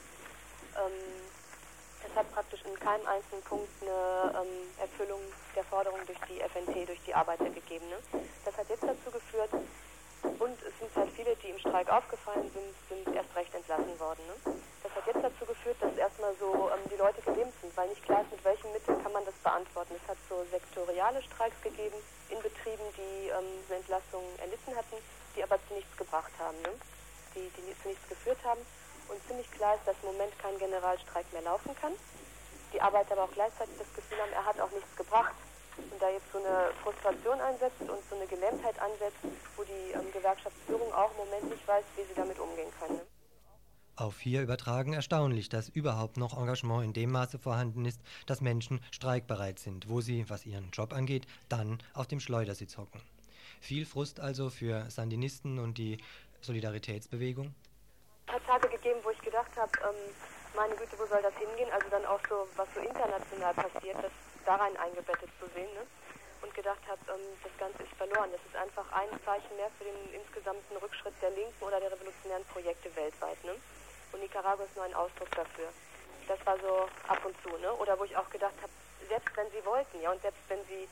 Es hat praktisch in keinem einzelnen Punkt eine Erfüllung der Forderung durch die FNT, durch die Arbeiter gegeben. Ne? Das hat jetzt dazu geführt, und es sind halt viele, die im Streik aufgefallen sind erst recht entlassen worden. Ne? Das hat jetzt dazu geführt, dass erstmal so die Leute gelähmt sind, weil nicht klar ist, mit welchen Mitteln kann man das beantworten. Es hat so sektoriale Streiks gegeben in Betrieben, die eine Entlassung erlitten hatten, die aber zu nichts gebracht haben, ne? die zu nichts geführt haben. Und ziemlich klar ist, dass im Moment kein Generalstreik mehr laufen kann. Die Arbeiter aber auch gleichzeitig das Gefühl haben, er hat auch nichts gebracht. Und da jetzt so eine Frustration einsetzt und so eine Gelähmtheit ansetzt, wo die Gewerkschaftsführung auch im Moment nicht weiß, wie sie damit umgehen können. Auf hier übertragen erstaunlich, dass überhaupt noch Engagement in dem Maße vorhanden ist, dass Menschen streikbereit sind, wo sie, was ihren Job angeht, dann auf dem Schleudersitz hocken. Viel Frust also für Sandinisten und die Solidaritätsbewegung? Es hat Tage gegeben, wo ich gedacht habe, meine Güte, wo soll das hingehen? Also dann auch so, was so international passiert, das da rein eingebettet zu sehen, ne? Und gedacht habe, das Ganze ist verloren. Das ist einfach ein Zeichen mehr für den insgesamten Rückschritt der linken oder der revolutionären Projekte weltweit, ne? Und Nicaragua ist nur ein Ausdruck dafür. Das war so ab und zu, ne? Oder wo ich auch gedacht habe, selbst wenn sie wollten, ja, und selbst wenn sie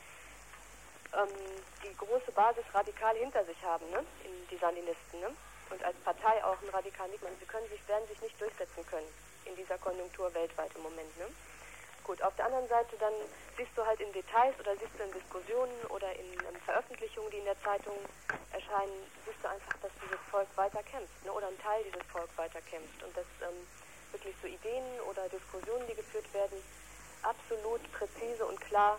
die große Basis radikal hinter sich haben, ne? Die Sandinisten, ne? Und als Partei auch ein Radikalismus, sie werden sich nicht durchsetzen können in dieser Konjunktur weltweit im Moment, ne? Gut, auf der anderen Seite dann siehst du halt in Details oder siehst du in Diskussionen oder in Veröffentlichungen, die in der Zeitung erscheinen, siehst du einfach, dass dieses Volk weiter kämpft, ne? Oder ein Teil dieses Volk weiter kämpft und dass wirklich so Ideen oder Diskussionen, die geführt werden, absolut präzise und klar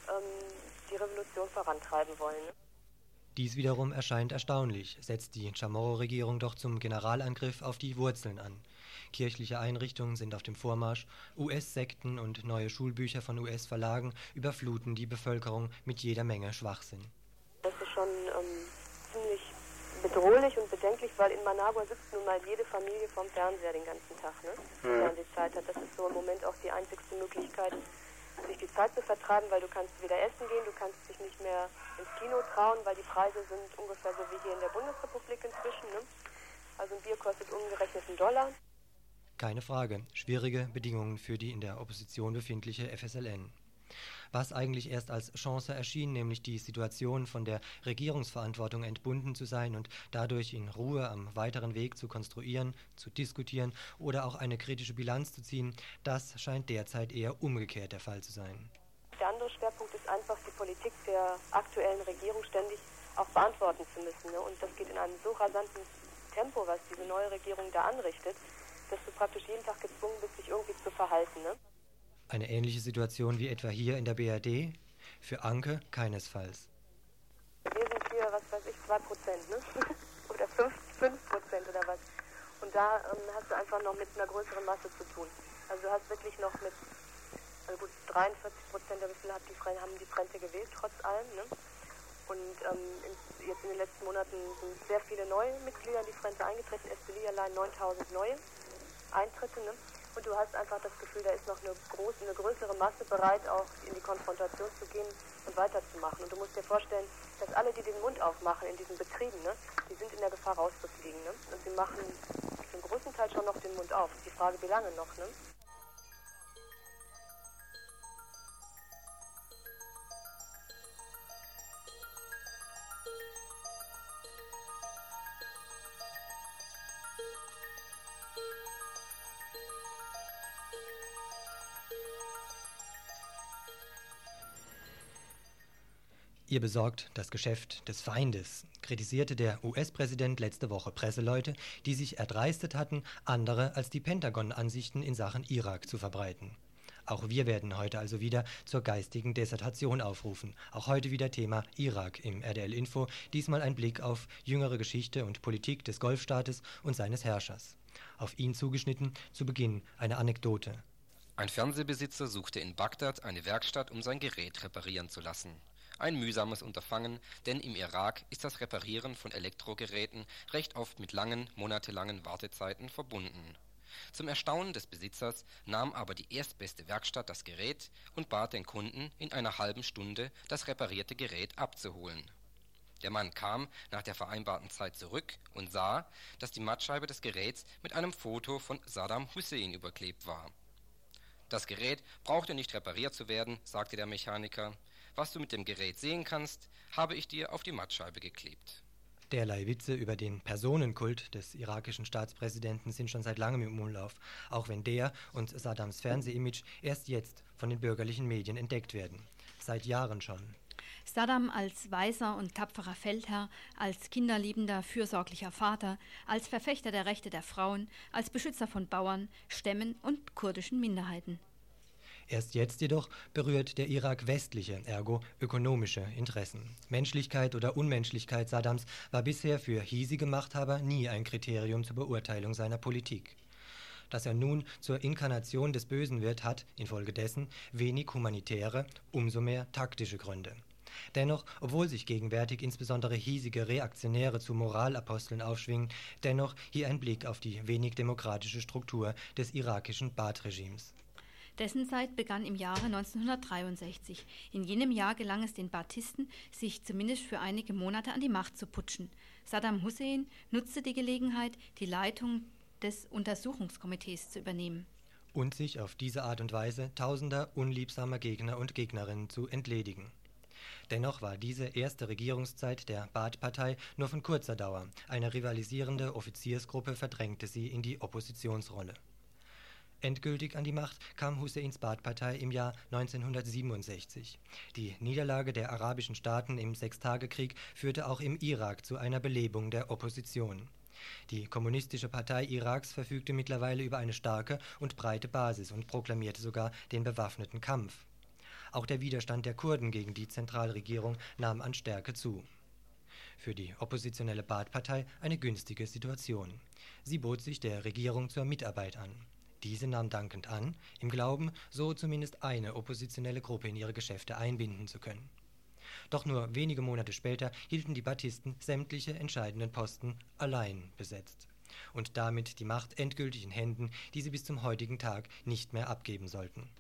die Revolution vorantreiben wollen, ne? Dies wiederum erscheint erstaunlich, setzt die Chamorro-Regierung doch zum Generalangriff auf die Wurzeln an. Kirchliche Einrichtungen sind auf dem Vormarsch, US-Sekten und neue Schulbücher von US-Verlagen überfluten die Bevölkerung mit jeder Menge Schwachsinn. Das ist schon ziemlich bedrohlich und bedenklich, weil in Managua sitzt nun mal jede Familie vorm Fernseher den ganzen Tag, ne? Während die Zeit hat. Das ist so im Moment auch die einzigste Möglichkeit, sich die Zeit zu vertreiben, weil du kannst weder essen gehen, du kannst dich nicht mehr ins Kino trauen, weil die Preise sind ungefähr so wie hier in der Bundesrepublik inzwischen, ne? Also ein Bier kostet umgerechnet $1. Keine Frage, schwierige Bedingungen für die in der Opposition befindliche FSLN. Was eigentlich erst als Chance erschien, nämlich die Situation von der Regierungsverantwortung entbunden zu sein und dadurch in Ruhe am weiteren Weg zu konstruieren, zu diskutieren oder auch eine kritische Bilanz zu ziehen, das scheint derzeit eher umgekehrt der Fall zu sein. Der andere Schwerpunkt ist einfach, die Politik der aktuellen Regierung ständig auch beantworten zu müssen, ne? Und das geht in einem so rasanten Tempo, was diese neue Regierung da anrichtet, dass du praktisch jeden Tag gezwungen bist, dich irgendwie zu verhalten, ne? Eine ähnliche Situation wie etwa hier in der BRD? Für Anke keinesfalls. Wir sind hier, was weiß ich, 2%, ne? Oder 5% oder was. Und da hast du einfach noch mit einer größeren Masse zu tun. Also du hast wirklich noch mit, also gut, 43% der Bevölkerung haben die Frente gewählt, trotz allem, ne? Und jetzt in den letzten Monaten sind sehr viele neue Mitglieder in die Frente eingetreten. SPLI allein 9.000 neue Eintritte, ne? Und du hast einfach das Gefühl, da ist noch eine größere Masse bereit, auch in die Konfrontation zu gehen und weiterzumachen. Und du musst dir vorstellen, dass alle, die den Mund aufmachen in diesen Betrieben, ne, die sind in der Gefahr rauszufliegen, ne? Und sie machen zum großen Teil schon noch den Mund auf. Die Frage, wie lange noch, ne? Ihr besorgt das Geschäft des Feindes, kritisierte der US-Präsident letzte Woche Presseleute, die sich erdreistet hatten, andere als die Pentagon-Ansichten in Sachen Irak zu verbreiten. Auch wir werden heute also wieder zur geistigen Dissertation aufrufen. Auch heute wieder Thema Irak im RDL Info, diesmal ein Blick auf jüngere Geschichte und Politik des Golfstaates und seines Herrschers. Auf ihn zugeschnitten zu Beginn eine Anekdote. Ein Fernsehbesitzer suchte in Bagdad eine Werkstatt, um sein Gerät reparieren zu lassen. Ein mühsames Unterfangen, denn im Irak ist das Reparieren von Elektrogeräten recht oft mit langen, monatelangen Wartezeiten verbunden. Zum Erstaunen des Besitzers nahm aber die erstbeste Werkstatt das Gerät und bat den Kunden, in einer halben Stunde das reparierte Gerät abzuholen. Der Mann kam nach der vereinbarten Zeit zurück und sah, dass die Mattscheibe des Geräts mit einem Foto von Saddam Hussein überklebt war. »Das Gerät brauchte nicht repariert zu werden«, sagte der Mechaniker. »Was du mit dem Gerät sehen kannst, habe ich dir auf die Mattscheibe geklebt.« Derlei Witze über den Personenkult des irakischen Staatspräsidenten sind schon seit langem im Umlauf, auch wenn der und Saddams Fernsehimage erst jetzt von den bürgerlichen Medien entdeckt werden. Seit Jahren schon. Saddam als weiser und tapferer Feldherr, als kinderliebender, fürsorglicher Vater, als Verfechter der Rechte der Frauen, als Beschützer von Bauern, Stämmen und kurdischen Minderheiten. Erst jetzt jedoch berührt der Irak westliche, ergo ökonomische Interessen. Menschlichkeit oder Unmenschlichkeit Saddams war bisher für hiesige Machthaber nie ein Kriterium zur Beurteilung seiner Politik. Dass er nun zur Inkarnation des Bösen wird, hat infolgedessen wenig humanitäre, umso mehr taktische Gründe. Dennoch, obwohl sich gegenwärtig insbesondere hiesige Reaktionäre zu Moralaposteln aufschwingen, dennoch hier ein Blick auf die wenig demokratische Struktur des irakischen Baath-Regimes. Dessen Zeit begann im Jahre 1963. In jenem Jahr gelang es den Baathisten, sich zumindest für einige Monate an die Macht zu putschen. Saddam Hussein nutzte die Gelegenheit, die Leitung des Untersuchungskomitees zu übernehmen. Und sich auf diese Art und Weise tausender unliebsamer Gegner und Gegnerinnen zu entledigen. Dennoch war diese erste Regierungszeit der Baath-Partei nur von kurzer Dauer. Eine rivalisierende Offiziersgruppe verdrängte sie in die Oppositionsrolle. Endgültig an die Macht kam Husseins Baath-Partei im Jahr 1967. Die Niederlage der arabischen Staaten im Sechstagekrieg führte auch im Irak zu einer Belebung der Opposition. Die Kommunistische Partei Iraks verfügte mittlerweile über eine starke und breite Basis und proklamierte sogar den bewaffneten Kampf. Auch der Widerstand der Kurden gegen die Zentralregierung nahm an Stärke zu. Für die oppositionelle Baath-Partei eine günstige Situation. Sie bot sich der Regierung zur Mitarbeit an. Diese nahm dankend an, im Glauben, so zumindest eine oppositionelle Gruppe in ihre Geschäfte einbinden zu können. Doch nur wenige Monate später hielten die Baathisten sämtliche entscheidenden Posten allein besetzt und damit die Macht endgültig in Händen, die sie bis zum heutigen Tag nicht mehr abgeben sollten.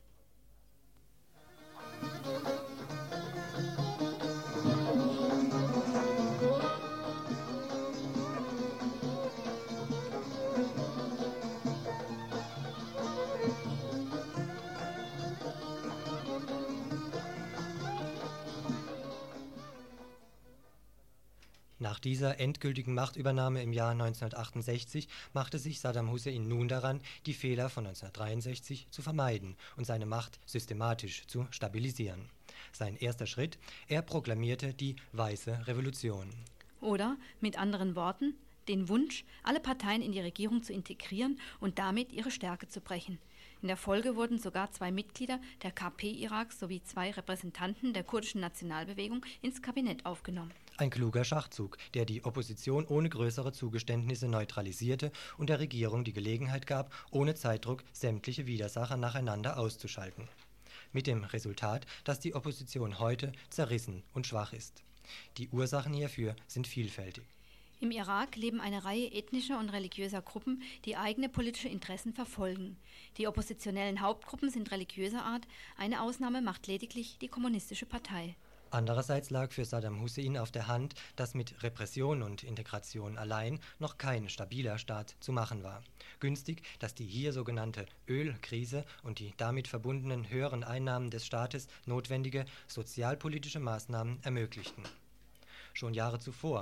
Nach dieser endgültigen Machtübernahme im Jahr 1968 machte sich Saddam Hussein nun daran, die Fehler von 1963 zu vermeiden und seine Macht systematisch zu stabilisieren. Sein erster Schritt: er proklamierte die Weiße Revolution. Oder mit anderen Worten, den Wunsch, alle Parteien in die Regierung zu integrieren und damit ihre Stärke zu brechen. In der Folge wurden sogar 2 Mitglieder der KP Iraks sowie 2 Repräsentanten der kurdischen Nationalbewegung ins Kabinett aufgenommen. Ein kluger Schachzug, der die Opposition ohne größere Zugeständnisse neutralisierte und der Regierung die Gelegenheit gab, ohne Zeitdruck sämtliche Widersacher nacheinander auszuschalten. Mit dem Resultat, dass die Opposition heute zerrissen und schwach ist. Die Ursachen hierfür sind vielfältig. Im Irak leben eine Reihe ethnischer und religiöser Gruppen, die eigene politische Interessen verfolgen. Die oppositionellen Hauptgruppen sind religiöser Art, eine Ausnahme macht lediglich die Kommunistische Partei. Andererseits lag für Saddam Hussein auf der Hand, dass mit Repression und Integration allein noch kein stabiler Staat zu machen war. Günstig, dass die hier sogenannte Ölkrise und die damit verbundenen höheren Einnahmen des Staates notwendige sozialpolitische Maßnahmen ermöglichten. Schon Jahre zuvor,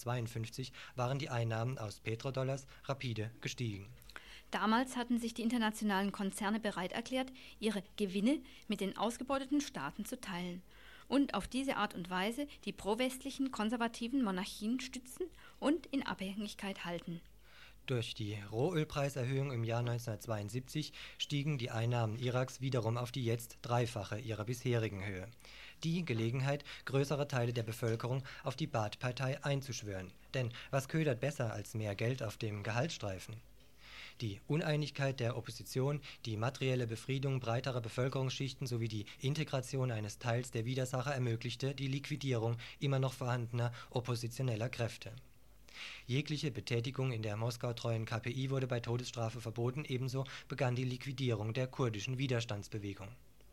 1952, waren die Einnahmen aus Petrodollars rapide gestiegen. Damals hatten sich die internationalen Konzerne bereit erklärt, ihre Gewinne mit den ausgebeuteten Staaten zu teilen und auf diese Art und Weise die pro-westlichen konservativen Monarchien stützen und in Abhängigkeit halten. Durch die Rohölpreiserhöhung im Jahr 1972 stiegen die Einnahmen Iraks wiederum auf die jetzt dreifache ihrer bisherigen Höhe. Die Gelegenheit, größere Teile der Bevölkerung auf die Baath-Partei einzuschwören. Denn was ködert besser als mehr Geld auf dem Gehaltsstreifen? Die Uneinigkeit der Opposition, die materielle Befriedung breiterer Bevölkerungsschichten sowie die Integration eines Teils der Widersacher ermöglichte die Liquidierung immer noch vorhandener oppositioneller Kräfte. Jegliche Betätigung in der moskautreuen KPI wurde bei Todesstrafe verboten, ebenso begann die Liquidierung der kurdischen Widerstandsbewegung.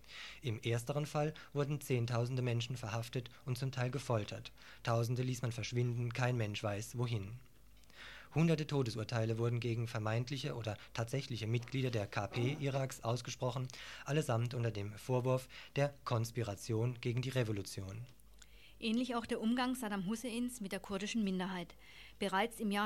Im ersteren Fall wurden Zehntausende Menschen verhaftet und zum Teil gefoltert. Tausende ließ man verschwinden, kein Mensch weiß wohin. Hunderte Todesurteile wurden gegen vermeintliche oder tatsächliche Mitglieder der KP Iraks ausgesprochen, allesamt unter dem Vorwurf der Konspiration gegen die Revolution. Ähnlich auch der Umgang Saddam Husseins mit der kurdischen Minderheit. Bereits im Jahr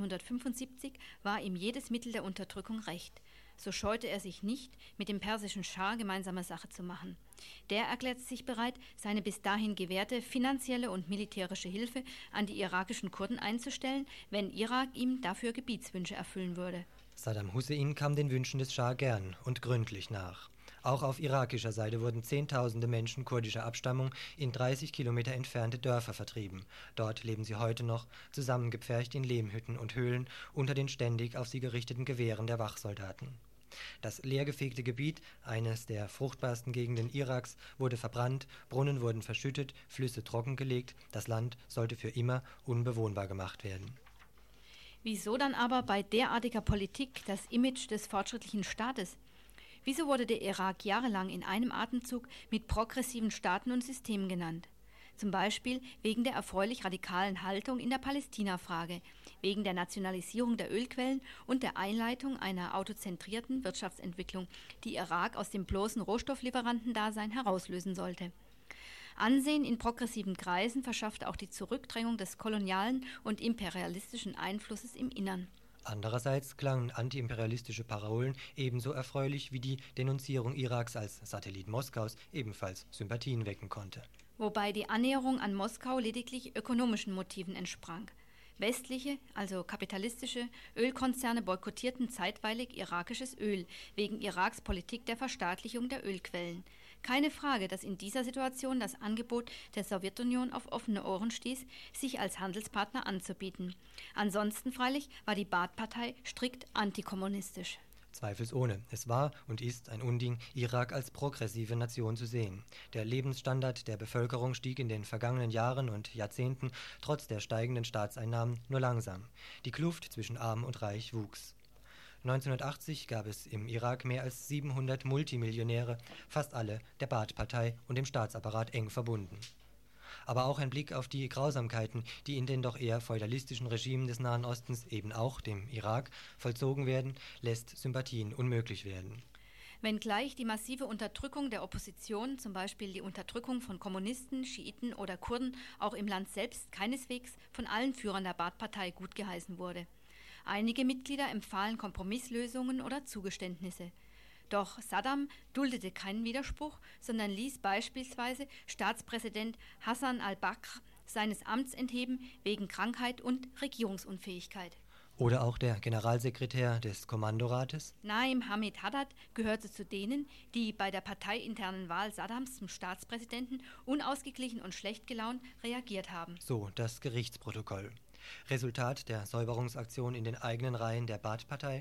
1975 war ihm jedes Mittel der Unterdrückung recht. So scheute er sich nicht, mit dem persischen Schah gemeinsame Sache zu machen. Der erklärte sich bereit, seine bis dahin gewährte finanzielle und militärische Hilfe an die irakischen Kurden einzustellen, wenn Irak ihm dafür Gebietswünsche erfüllen würde. Saddam Hussein kam den Wünschen des Schah gern und gründlich nach. Auch auf irakischer Seite wurden Zehntausende Menschen kurdischer Abstammung in 30 Kilometer entfernte Dörfer vertrieben. Dort leben sie heute noch, zusammengepfercht in Lehmhütten und Höhlen unter den ständig auf sie gerichteten Gewehren der Wachsoldaten. Das leergefegte Gebiet, eines der fruchtbarsten Gegenden Iraks, wurde verbrannt, Brunnen wurden verschüttet, Flüsse trockengelegt, das Land sollte für immer unbewohnbar gemacht werden. Wieso dann aber bei derartiger Politik das Image des fortschrittlichen Staates? Wieso wurde der Irak jahrelang in einem Atemzug mit progressiven Staaten und Systemen genannt? Zum Beispiel wegen der erfreulich radikalen Haltung in der Palästina-Frage, wegen der Nationalisierung der Ölquellen und der Einleitung einer autozentrierten Wirtschaftsentwicklung, die Irak aus dem bloßen Rohstofflieferantendasein herauslösen sollte. Ansehen in progressiven Kreisen verschafft auch die Zurückdrängung des kolonialen und imperialistischen Einflusses im Innern. Andererseits klangen antiimperialistische Parolen ebenso erfreulich wie die Denunzierung Iraks als Satellit Moskaus ebenfalls Sympathien wecken konnte. Wobei die Annäherung an Moskau lediglich ökonomischen Motiven entsprang. Westliche, also kapitalistische Ölkonzerne boykottierten zeitweilig irakisches Öl wegen Iraks Politik der Verstaatlichung der Ölquellen. Keine Frage, dass in dieser Situation das Angebot der Sowjetunion auf offene Ohren stieß, sich als Handelspartner anzubieten. Ansonsten freilich war die Baath-Partei strikt antikommunistisch. Zweifelsohne, es war und ist ein Unding, Irak als progressive Nation zu sehen. Der Lebensstandard der Bevölkerung stieg in den vergangenen Jahren und Jahrzehnten trotz der steigenden Staatseinnahmen nur langsam. Die Kluft zwischen Arm und Reich wuchs. 1980 gab es im Irak mehr als 700 Multimillionäre, fast alle der Baath-Partei und dem Staatsapparat eng verbunden. Aber auch ein Blick auf die Grausamkeiten, die in den doch eher feudalistischen Regimen des Nahen Ostens, eben auch dem Irak, vollzogen werden, lässt Sympathien unmöglich werden. Wenngleich die massive Unterdrückung der Opposition, zum Beispiel die Unterdrückung von Kommunisten, Schiiten oder Kurden, auch im Land selbst keineswegs von allen Führern der Baath-Partei gutgeheißen wurde. Einige Mitglieder empfahlen Kompromisslösungen oder Zugeständnisse. Doch Saddam duldete keinen Widerspruch, sondern ließ beispielsweise Staatspräsident Hassan al-Bakr seines Amts entheben wegen Krankheit und Regierungsunfähigkeit. Oder auch der Generalsekretär des Kommandorates? Naim Hamid Haddad gehörte zu denen, die bei der parteiinternen Wahl Saddams zum Staatspräsidenten unausgeglichen und schlecht gelaunt reagiert haben. So das Gerichtsprotokoll. Resultat der Säuberungsaktion in den eigenen Reihen der Baath-Partei?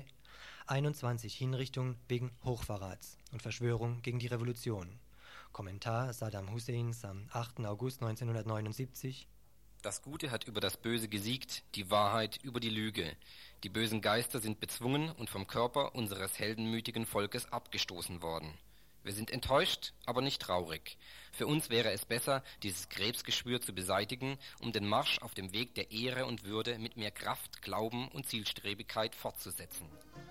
21 Hinrichtungen wegen Hochverrats und Verschwörung gegen die Revolution. Kommentar Saddam Husseins am 8. August 1979. Das Gute hat über das Böse gesiegt, die Wahrheit über die Lüge. Die bösen Geister sind bezwungen und vom Körper unseres heldenmütigen Volkes abgestoßen worden. Wir sind enttäuscht, aber nicht traurig. Für uns wäre es besser, dieses Krebsgeschwür zu beseitigen, um den Marsch auf dem Weg der Ehre und Würde mit mehr Kraft, Glauben und Zielstrebigkeit fortzusetzen.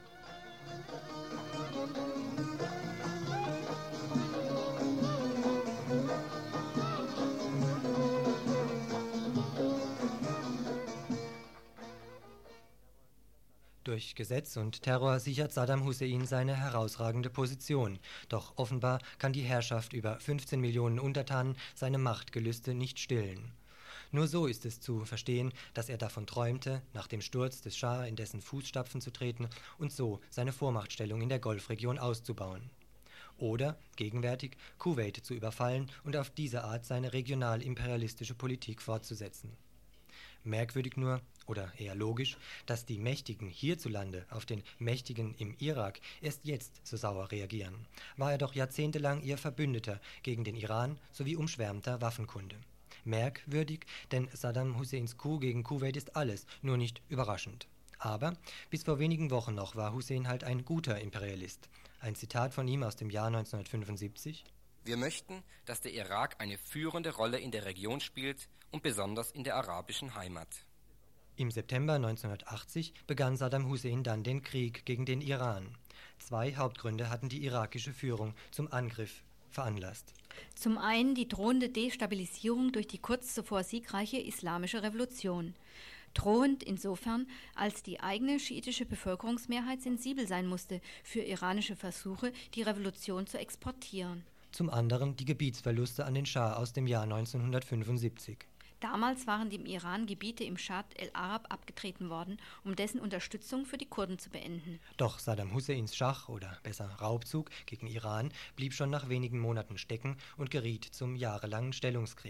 Durch Gesetz und Terror sichert Saddam Hussein seine herausragende Position. Doch offenbar kann die Herrschaft über 15 Millionen Untertanen seine Machtgelüste nicht stillen. Nur so ist es zu verstehen, dass er davon träumte, nach dem Sturz des Schah in dessen Fußstapfen zu treten und so seine Vormachtstellung in der Golfregion auszubauen. Oder, gegenwärtig, Kuwait zu überfallen und auf diese Art seine regional-imperialistische Politik fortzusetzen. Merkwürdig nur, oder eher logisch, dass die Mächtigen hierzulande auf den Mächtigen im Irak erst jetzt so sauer reagieren. War er doch jahrzehntelang ihr Verbündeter gegen den Iran sowie umschwärmter Waffenkunde. Merkwürdig, denn Saddam Husseins Coup gegen Kuwait ist alles, nur nicht überraschend. Aber bis vor wenigen Wochen noch war Hussein halt ein guter Imperialist. Ein Zitat von ihm aus dem Jahr 1975. Wir möchten, dass der Irak eine führende Rolle in der Region spielt und besonders in der arabischen Heimat. Im September 1980 begann Saddam Hussein dann den Krieg gegen den Iran. 2 Hauptgründe hatten die irakische Führung zum Angriff veranlasst. Zum einen die drohende Destabilisierung durch die kurz zuvor siegreiche Islamische Revolution. Drohend insofern, als die eigene schiitische Bevölkerungsmehrheit sensibel sein musste für iranische Versuche, die Revolution zu exportieren. Zum anderen die Gebietsverluste an den Schah aus dem Jahr 1975. Damals waren dem Iran Gebiete im Schad el-Arab abgetreten worden, um dessen Unterstützung für die Kurden zu beenden. Doch Saddam Husseins Schach, oder besser Raubzug, gegen Iran blieb schon nach wenigen Monaten stecken und geriet zum jahrelangen Stellungskrieg.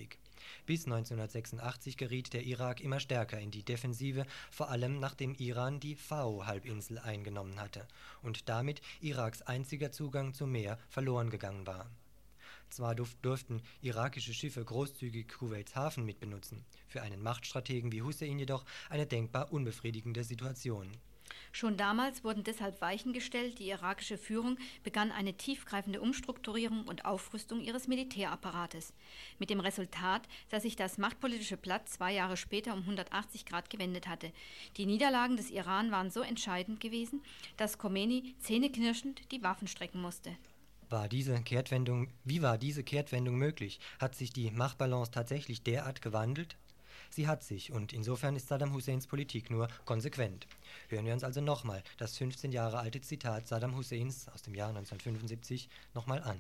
Bis 1986 geriet der Irak immer stärker in die Defensive, vor allem nachdem Iran die Fao-Halbinsel eingenommen hatte und damit Iraks einziger Zugang zum Meer verloren gegangen war. Zwar durften irakische Schiffe großzügig Kuwaits Hafen mitbenutzen, für einen Machtstrategen wie Hussein jedoch eine denkbar unbefriedigende Situation. Schon damals wurden deshalb Weichen gestellt, die irakische Führung begann eine tiefgreifende Umstrukturierung und Aufrüstung ihres Militärapparates, mit dem Resultat, dass sich das machtpolitische Blatt 2 Jahre später um 180 Grad gewendet hatte. Die Niederlagen des Iran waren so entscheidend gewesen, dass Khomeini zähneknirschend die Waffen strecken musste. Wie war diese Kehrtwendung möglich? Hat sich die Machtbalance tatsächlich derart gewandelt? Sie hat sich, und insofern ist Saddam Husseins Politik nur konsequent. Hören wir uns also nochmal das 15 Jahre alte Zitat Saddam Husseins aus dem Jahr 1975 nochmal an.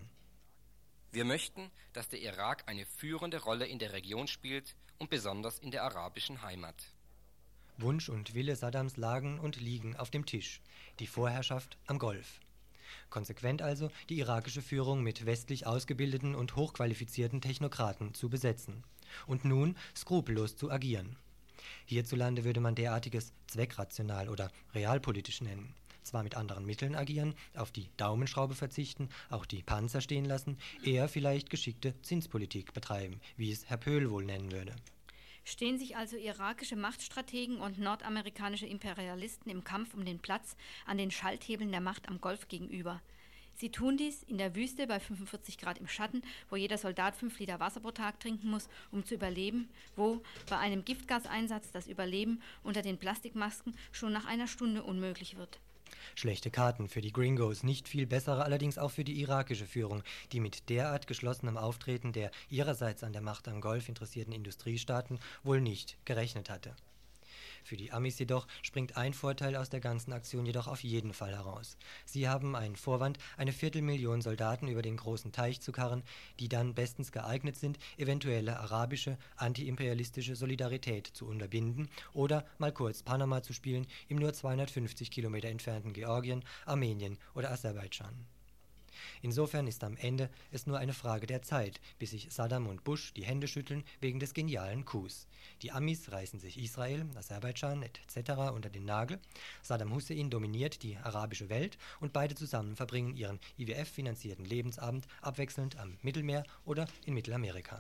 Wir möchten, dass der Irak eine führende Rolle in der Region spielt und besonders in der arabischen Heimat. Wunsch und Wille Saddams lagen und liegen auf dem Tisch. Die Vorherrschaft am Golf. Konsequent also die irakische Führung mit westlich ausgebildeten und hochqualifizierten Technokraten zu besetzen. Und nun skrupellos zu agieren. Hierzulande würde man derartiges zweckrational oder realpolitisch nennen. Zwar mit anderen Mitteln agieren, auf die Daumenschraube verzichten, auch die Panzer stehen lassen, eher vielleicht geschickte Zinspolitik betreiben, wie es Herr Pöhl wohl nennen würde. Stehen sich also irakische Machtstrategen und nordamerikanische Imperialisten im Kampf um den Platz an den Schalthebeln der Macht am Golf gegenüber. Sie tun dies in der Wüste bei 45 Grad im Schatten, wo jeder Soldat 5 Liter Wasser pro Tag trinken muss, um zu überleben, wo bei einem Giftgaseinsatz das Überleben unter den Plastikmasken schon nach einer Stunde unmöglich wird. Schlechte Karten für die Gringos, nicht viel bessere allerdings auch für die irakische Führung, die mit derart geschlossenem Auftreten der ihrerseits an der Macht am Golf interessierten Industriestaaten wohl nicht gerechnet hatte. Für die Amis jedoch springt ein Vorteil aus der ganzen Aktion jedoch auf jeden Fall heraus. Sie haben einen Vorwand, eine 250.000 Soldaten über den großen Teich zu karren, die dann bestens geeignet sind, eventuelle arabische, antiimperialistische Solidarität zu unterbinden oder mal kurz Panama zu spielen im nur 250 Kilometer entfernten Georgien, Armenien oder Aserbaidschan. Insofern ist am Ende es nur eine Frage der Zeit, bis sich Saddam und Bush die Hände schütteln wegen des genialen Coups. Die Amis reißen sich Israel, Aserbaidschan etc. unter den Nagel, Saddam Hussein dominiert die arabische Welt und beide zusammen verbringen ihren IWF-finanzierten Lebensabend abwechselnd am Mittelmeer oder in Mittelamerika.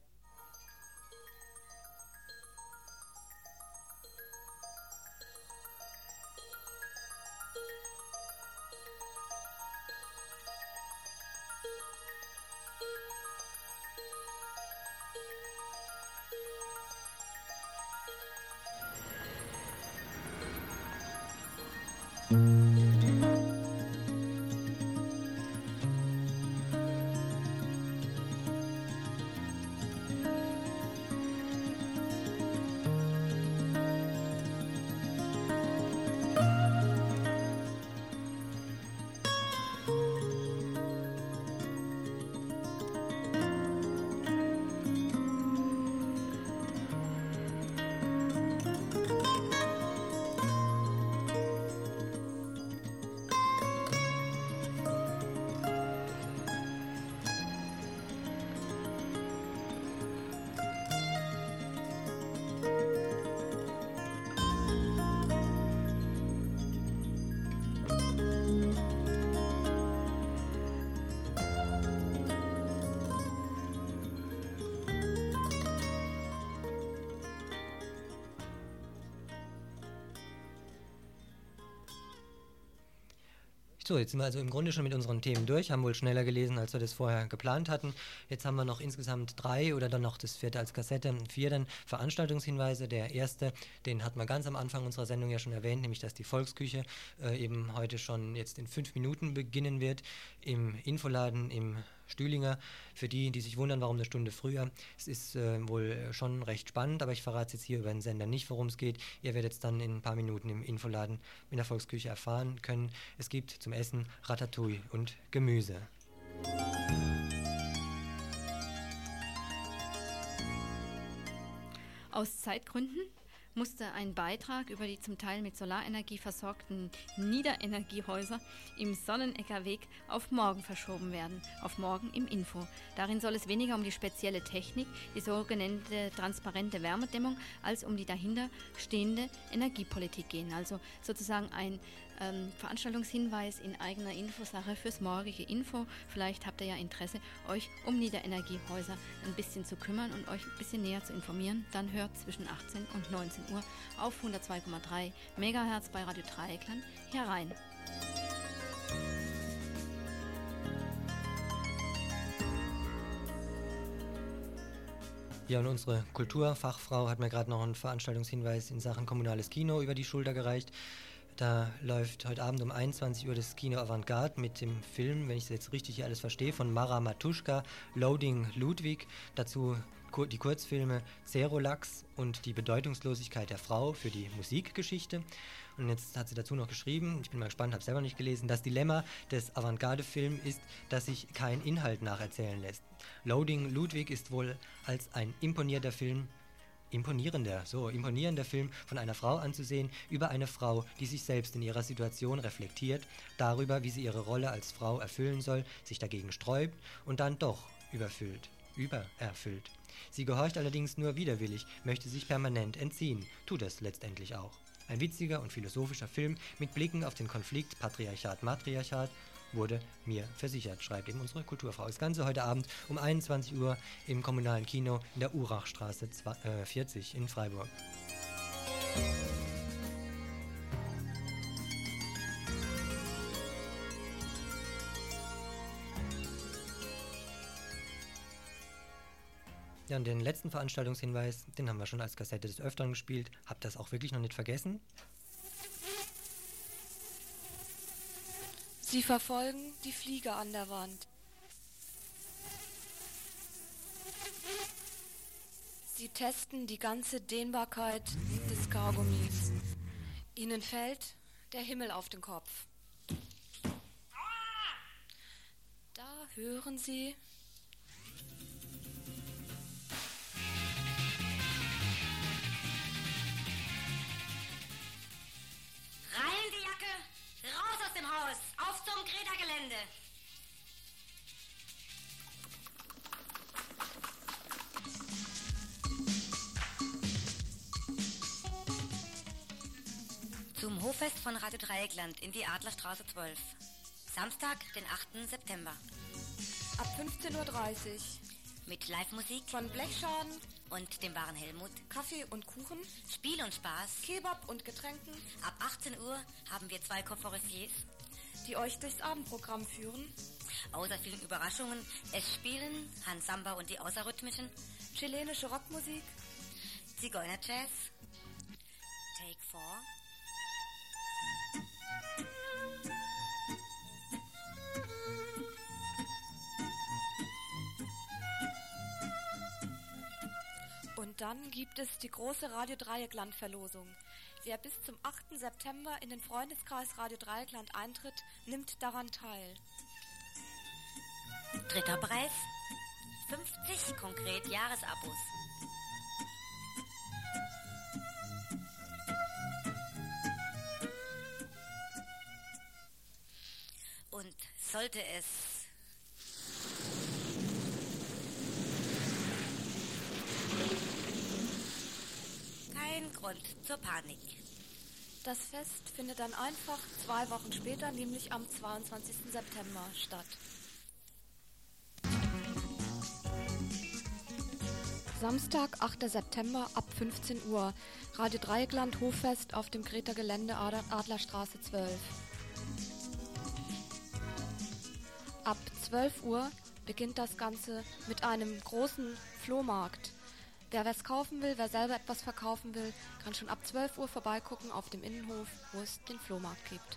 So, jetzt sind wir also im Grunde schon mit unseren Themen durch, haben wohl schneller gelesen, als wir das vorher geplant hatten. Jetzt haben wir noch insgesamt 3 oder dann noch das 4. als Kassette, 4 dann Veranstaltungshinweise. Der erste, den hat man ganz am Anfang unserer Sendung ja schon erwähnt, nämlich dass die Volksküche eben heute schon jetzt in 5 Minuten beginnen wird im Infoladen im Stühlinger. Für die, die sich wundern, warum eine Stunde früher. Es ist wohl schon recht spannend, aber ich verrate jetzt hier über den Sender nicht, worum es geht. Ihr werdet es dann in ein paar Minuten im Infoladen in der Volksküche erfahren können. Es gibt zum Essen Ratatouille und Gemüse. Aus Zeitgründen musste ein Beitrag über die zum Teil mit Solarenergie versorgten Niederenergiehäuser im Sonnenecker-Weg auf morgen verschoben werden, auf morgen im Info. Darin soll es weniger um die spezielle Technik, die sogenannte transparente Wärmedämmung, als um die dahinter stehende Energiepolitik gehen. Also sozusagen ein Veranstaltungshinweis in eigener Infosache fürs morgige Info. Vielleicht habt ihr ja Interesse, euch um Niederenergiehäuser ein bisschen zu kümmern und euch ein bisschen näher zu informieren. Dann hört zwischen 18 und 19 Uhr auf 102,3 MHz bei Radio Dreieckland herein. Ja, und unsere Kulturfachfrau hat mir gerade noch einen Veranstaltungshinweis in Sachen kommunales Kino über die Schulter gereicht. Da läuft heute Abend um 21 Uhr das Kino Avantgarde mit dem Film, wenn ich es jetzt richtig hier alles verstehe, von Mara Matuschka, Loading Ludwig. Dazu die Kurzfilme Zerolax und die Bedeutungslosigkeit der Frau für die Musikgeschichte. Und jetzt hat sie dazu noch geschrieben, ich bin mal gespannt, habe es selber nicht gelesen, das Dilemma des Avantgarde-Films ist, dass sich kein Inhalt nacherzählen lässt. Loading Ludwig ist wohl als ein imponierender Film von einer Frau anzusehen, über eine Frau, die sich selbst in ihrer Situation reflektiert, darüber, wie sie ihre Rolle als Frau erfüllen soll, sich dagegen sträubt und dann doch übererfüllt. Sie gehorcht allerdings nur widerwillig, möchte sich permanent entziehen, tut es letztendlich auch. Ein witziger und philosophischer Film mit Blicken auf den Konflikt Patriarchat-Matriarchat wurde mir versichert, schreibt eben unsere Kulturfrau. Das Ganze heute Abend um 21 Uhr im kommunalen Kino in der Urachstraße 40 in Freiburg. Ja, und den letzten Veranstaltungshinweis, den haben wir schon als Kassette des Öfteren gespielt. Habt das auch wirklich noch nicht vergessen? Sie verfolgen die Fliege an der Wand. Sie testen die ganze Dehnbarkeit des Kaugummis. Ihnen fällt der Himmel auf den Kopf. Da hören Sie rein die Jacke, raus aus dem Haus, auf zum Greta-Gelände. Zum Hoffest von Radio Dreieckland in die Adlerstraße 12. Samstag, den 8. September. ab 15:30 Uhr. Mit Live-Musik von Blechschaden und dem wahren Helmut, Kaffee und Kuchen, Spiel und Spaß, Kebab und Getränken. Ab 18 Uhr haben wir 2 Conferenciers, die euch durchs Abendprogramm führen. Außer vielen Überraschungen, es spielen Hans Samba und die Außerrhythmischen, chilenische Rockmusik, Zigeuner-Jazz, Take 4, und dann gibt es die große Radio Dreieckland-Verlosung. Wer bis zum 8. September in den Freundeskreis Radio Dreieckland eintritt, nimmt daran teil. Dritter Preis, 50 konkret Jahresabos. Und sollte es kein Grund zur Panik. Das Fest findet dann einfach 2 Wochen später, nämlich am 22. September statt. Samstag, 8. September ab 15 Uhr. Radio Dreieckland Hoffest auf dem Greta Gelände Adlerstraße 12. Ab 12 Uhr beginnt das Ganze mit einem großen Flohmarkt. Wer was kaufen will, wer selber etwas verkaufen will, kann schon ab 12 Uhr vorbeigucken auf dem Innenhof, wo es den Flohmarkt gibt.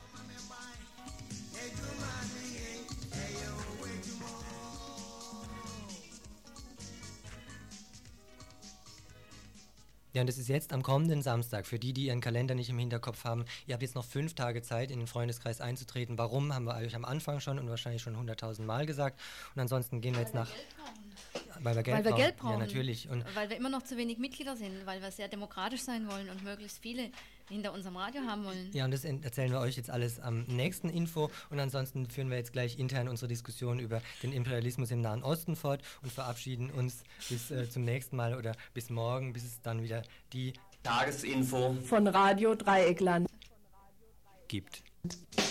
Ja, und das ist jetzt am kommenden Samstag. Für die, die ihren Kalender nicht im Hinterkopf haben, ihr habt jetzt noch 5 Tage Zeit, in den Freundeskreis einzutreten. Warum, haben wir euch am Anfang schon und wahrscheinlich schon 100.000 Mal gesagt. Und ansonsten gehen wir jetzt nach... Weil wir Geld brauchen. Ja, natürlich. Und weil wir immer noch zu wenig Mitglieder sind, weil wir sehr demokratisch sein wollen und möglichst viele hinter unserem Radio haben wollen. Ja, und das erzählen wir euch jetzt alles am nächsten Info. Und ansonsten führen wir jetzt gleich intern unsere Diskussion über den Imperialismus im Nahen Osten fort und verabschieden uns bis zum nächsten Mal oder bis morgen, bis es dann wieder die Tagesinfo von Radio Dreieckland gibt.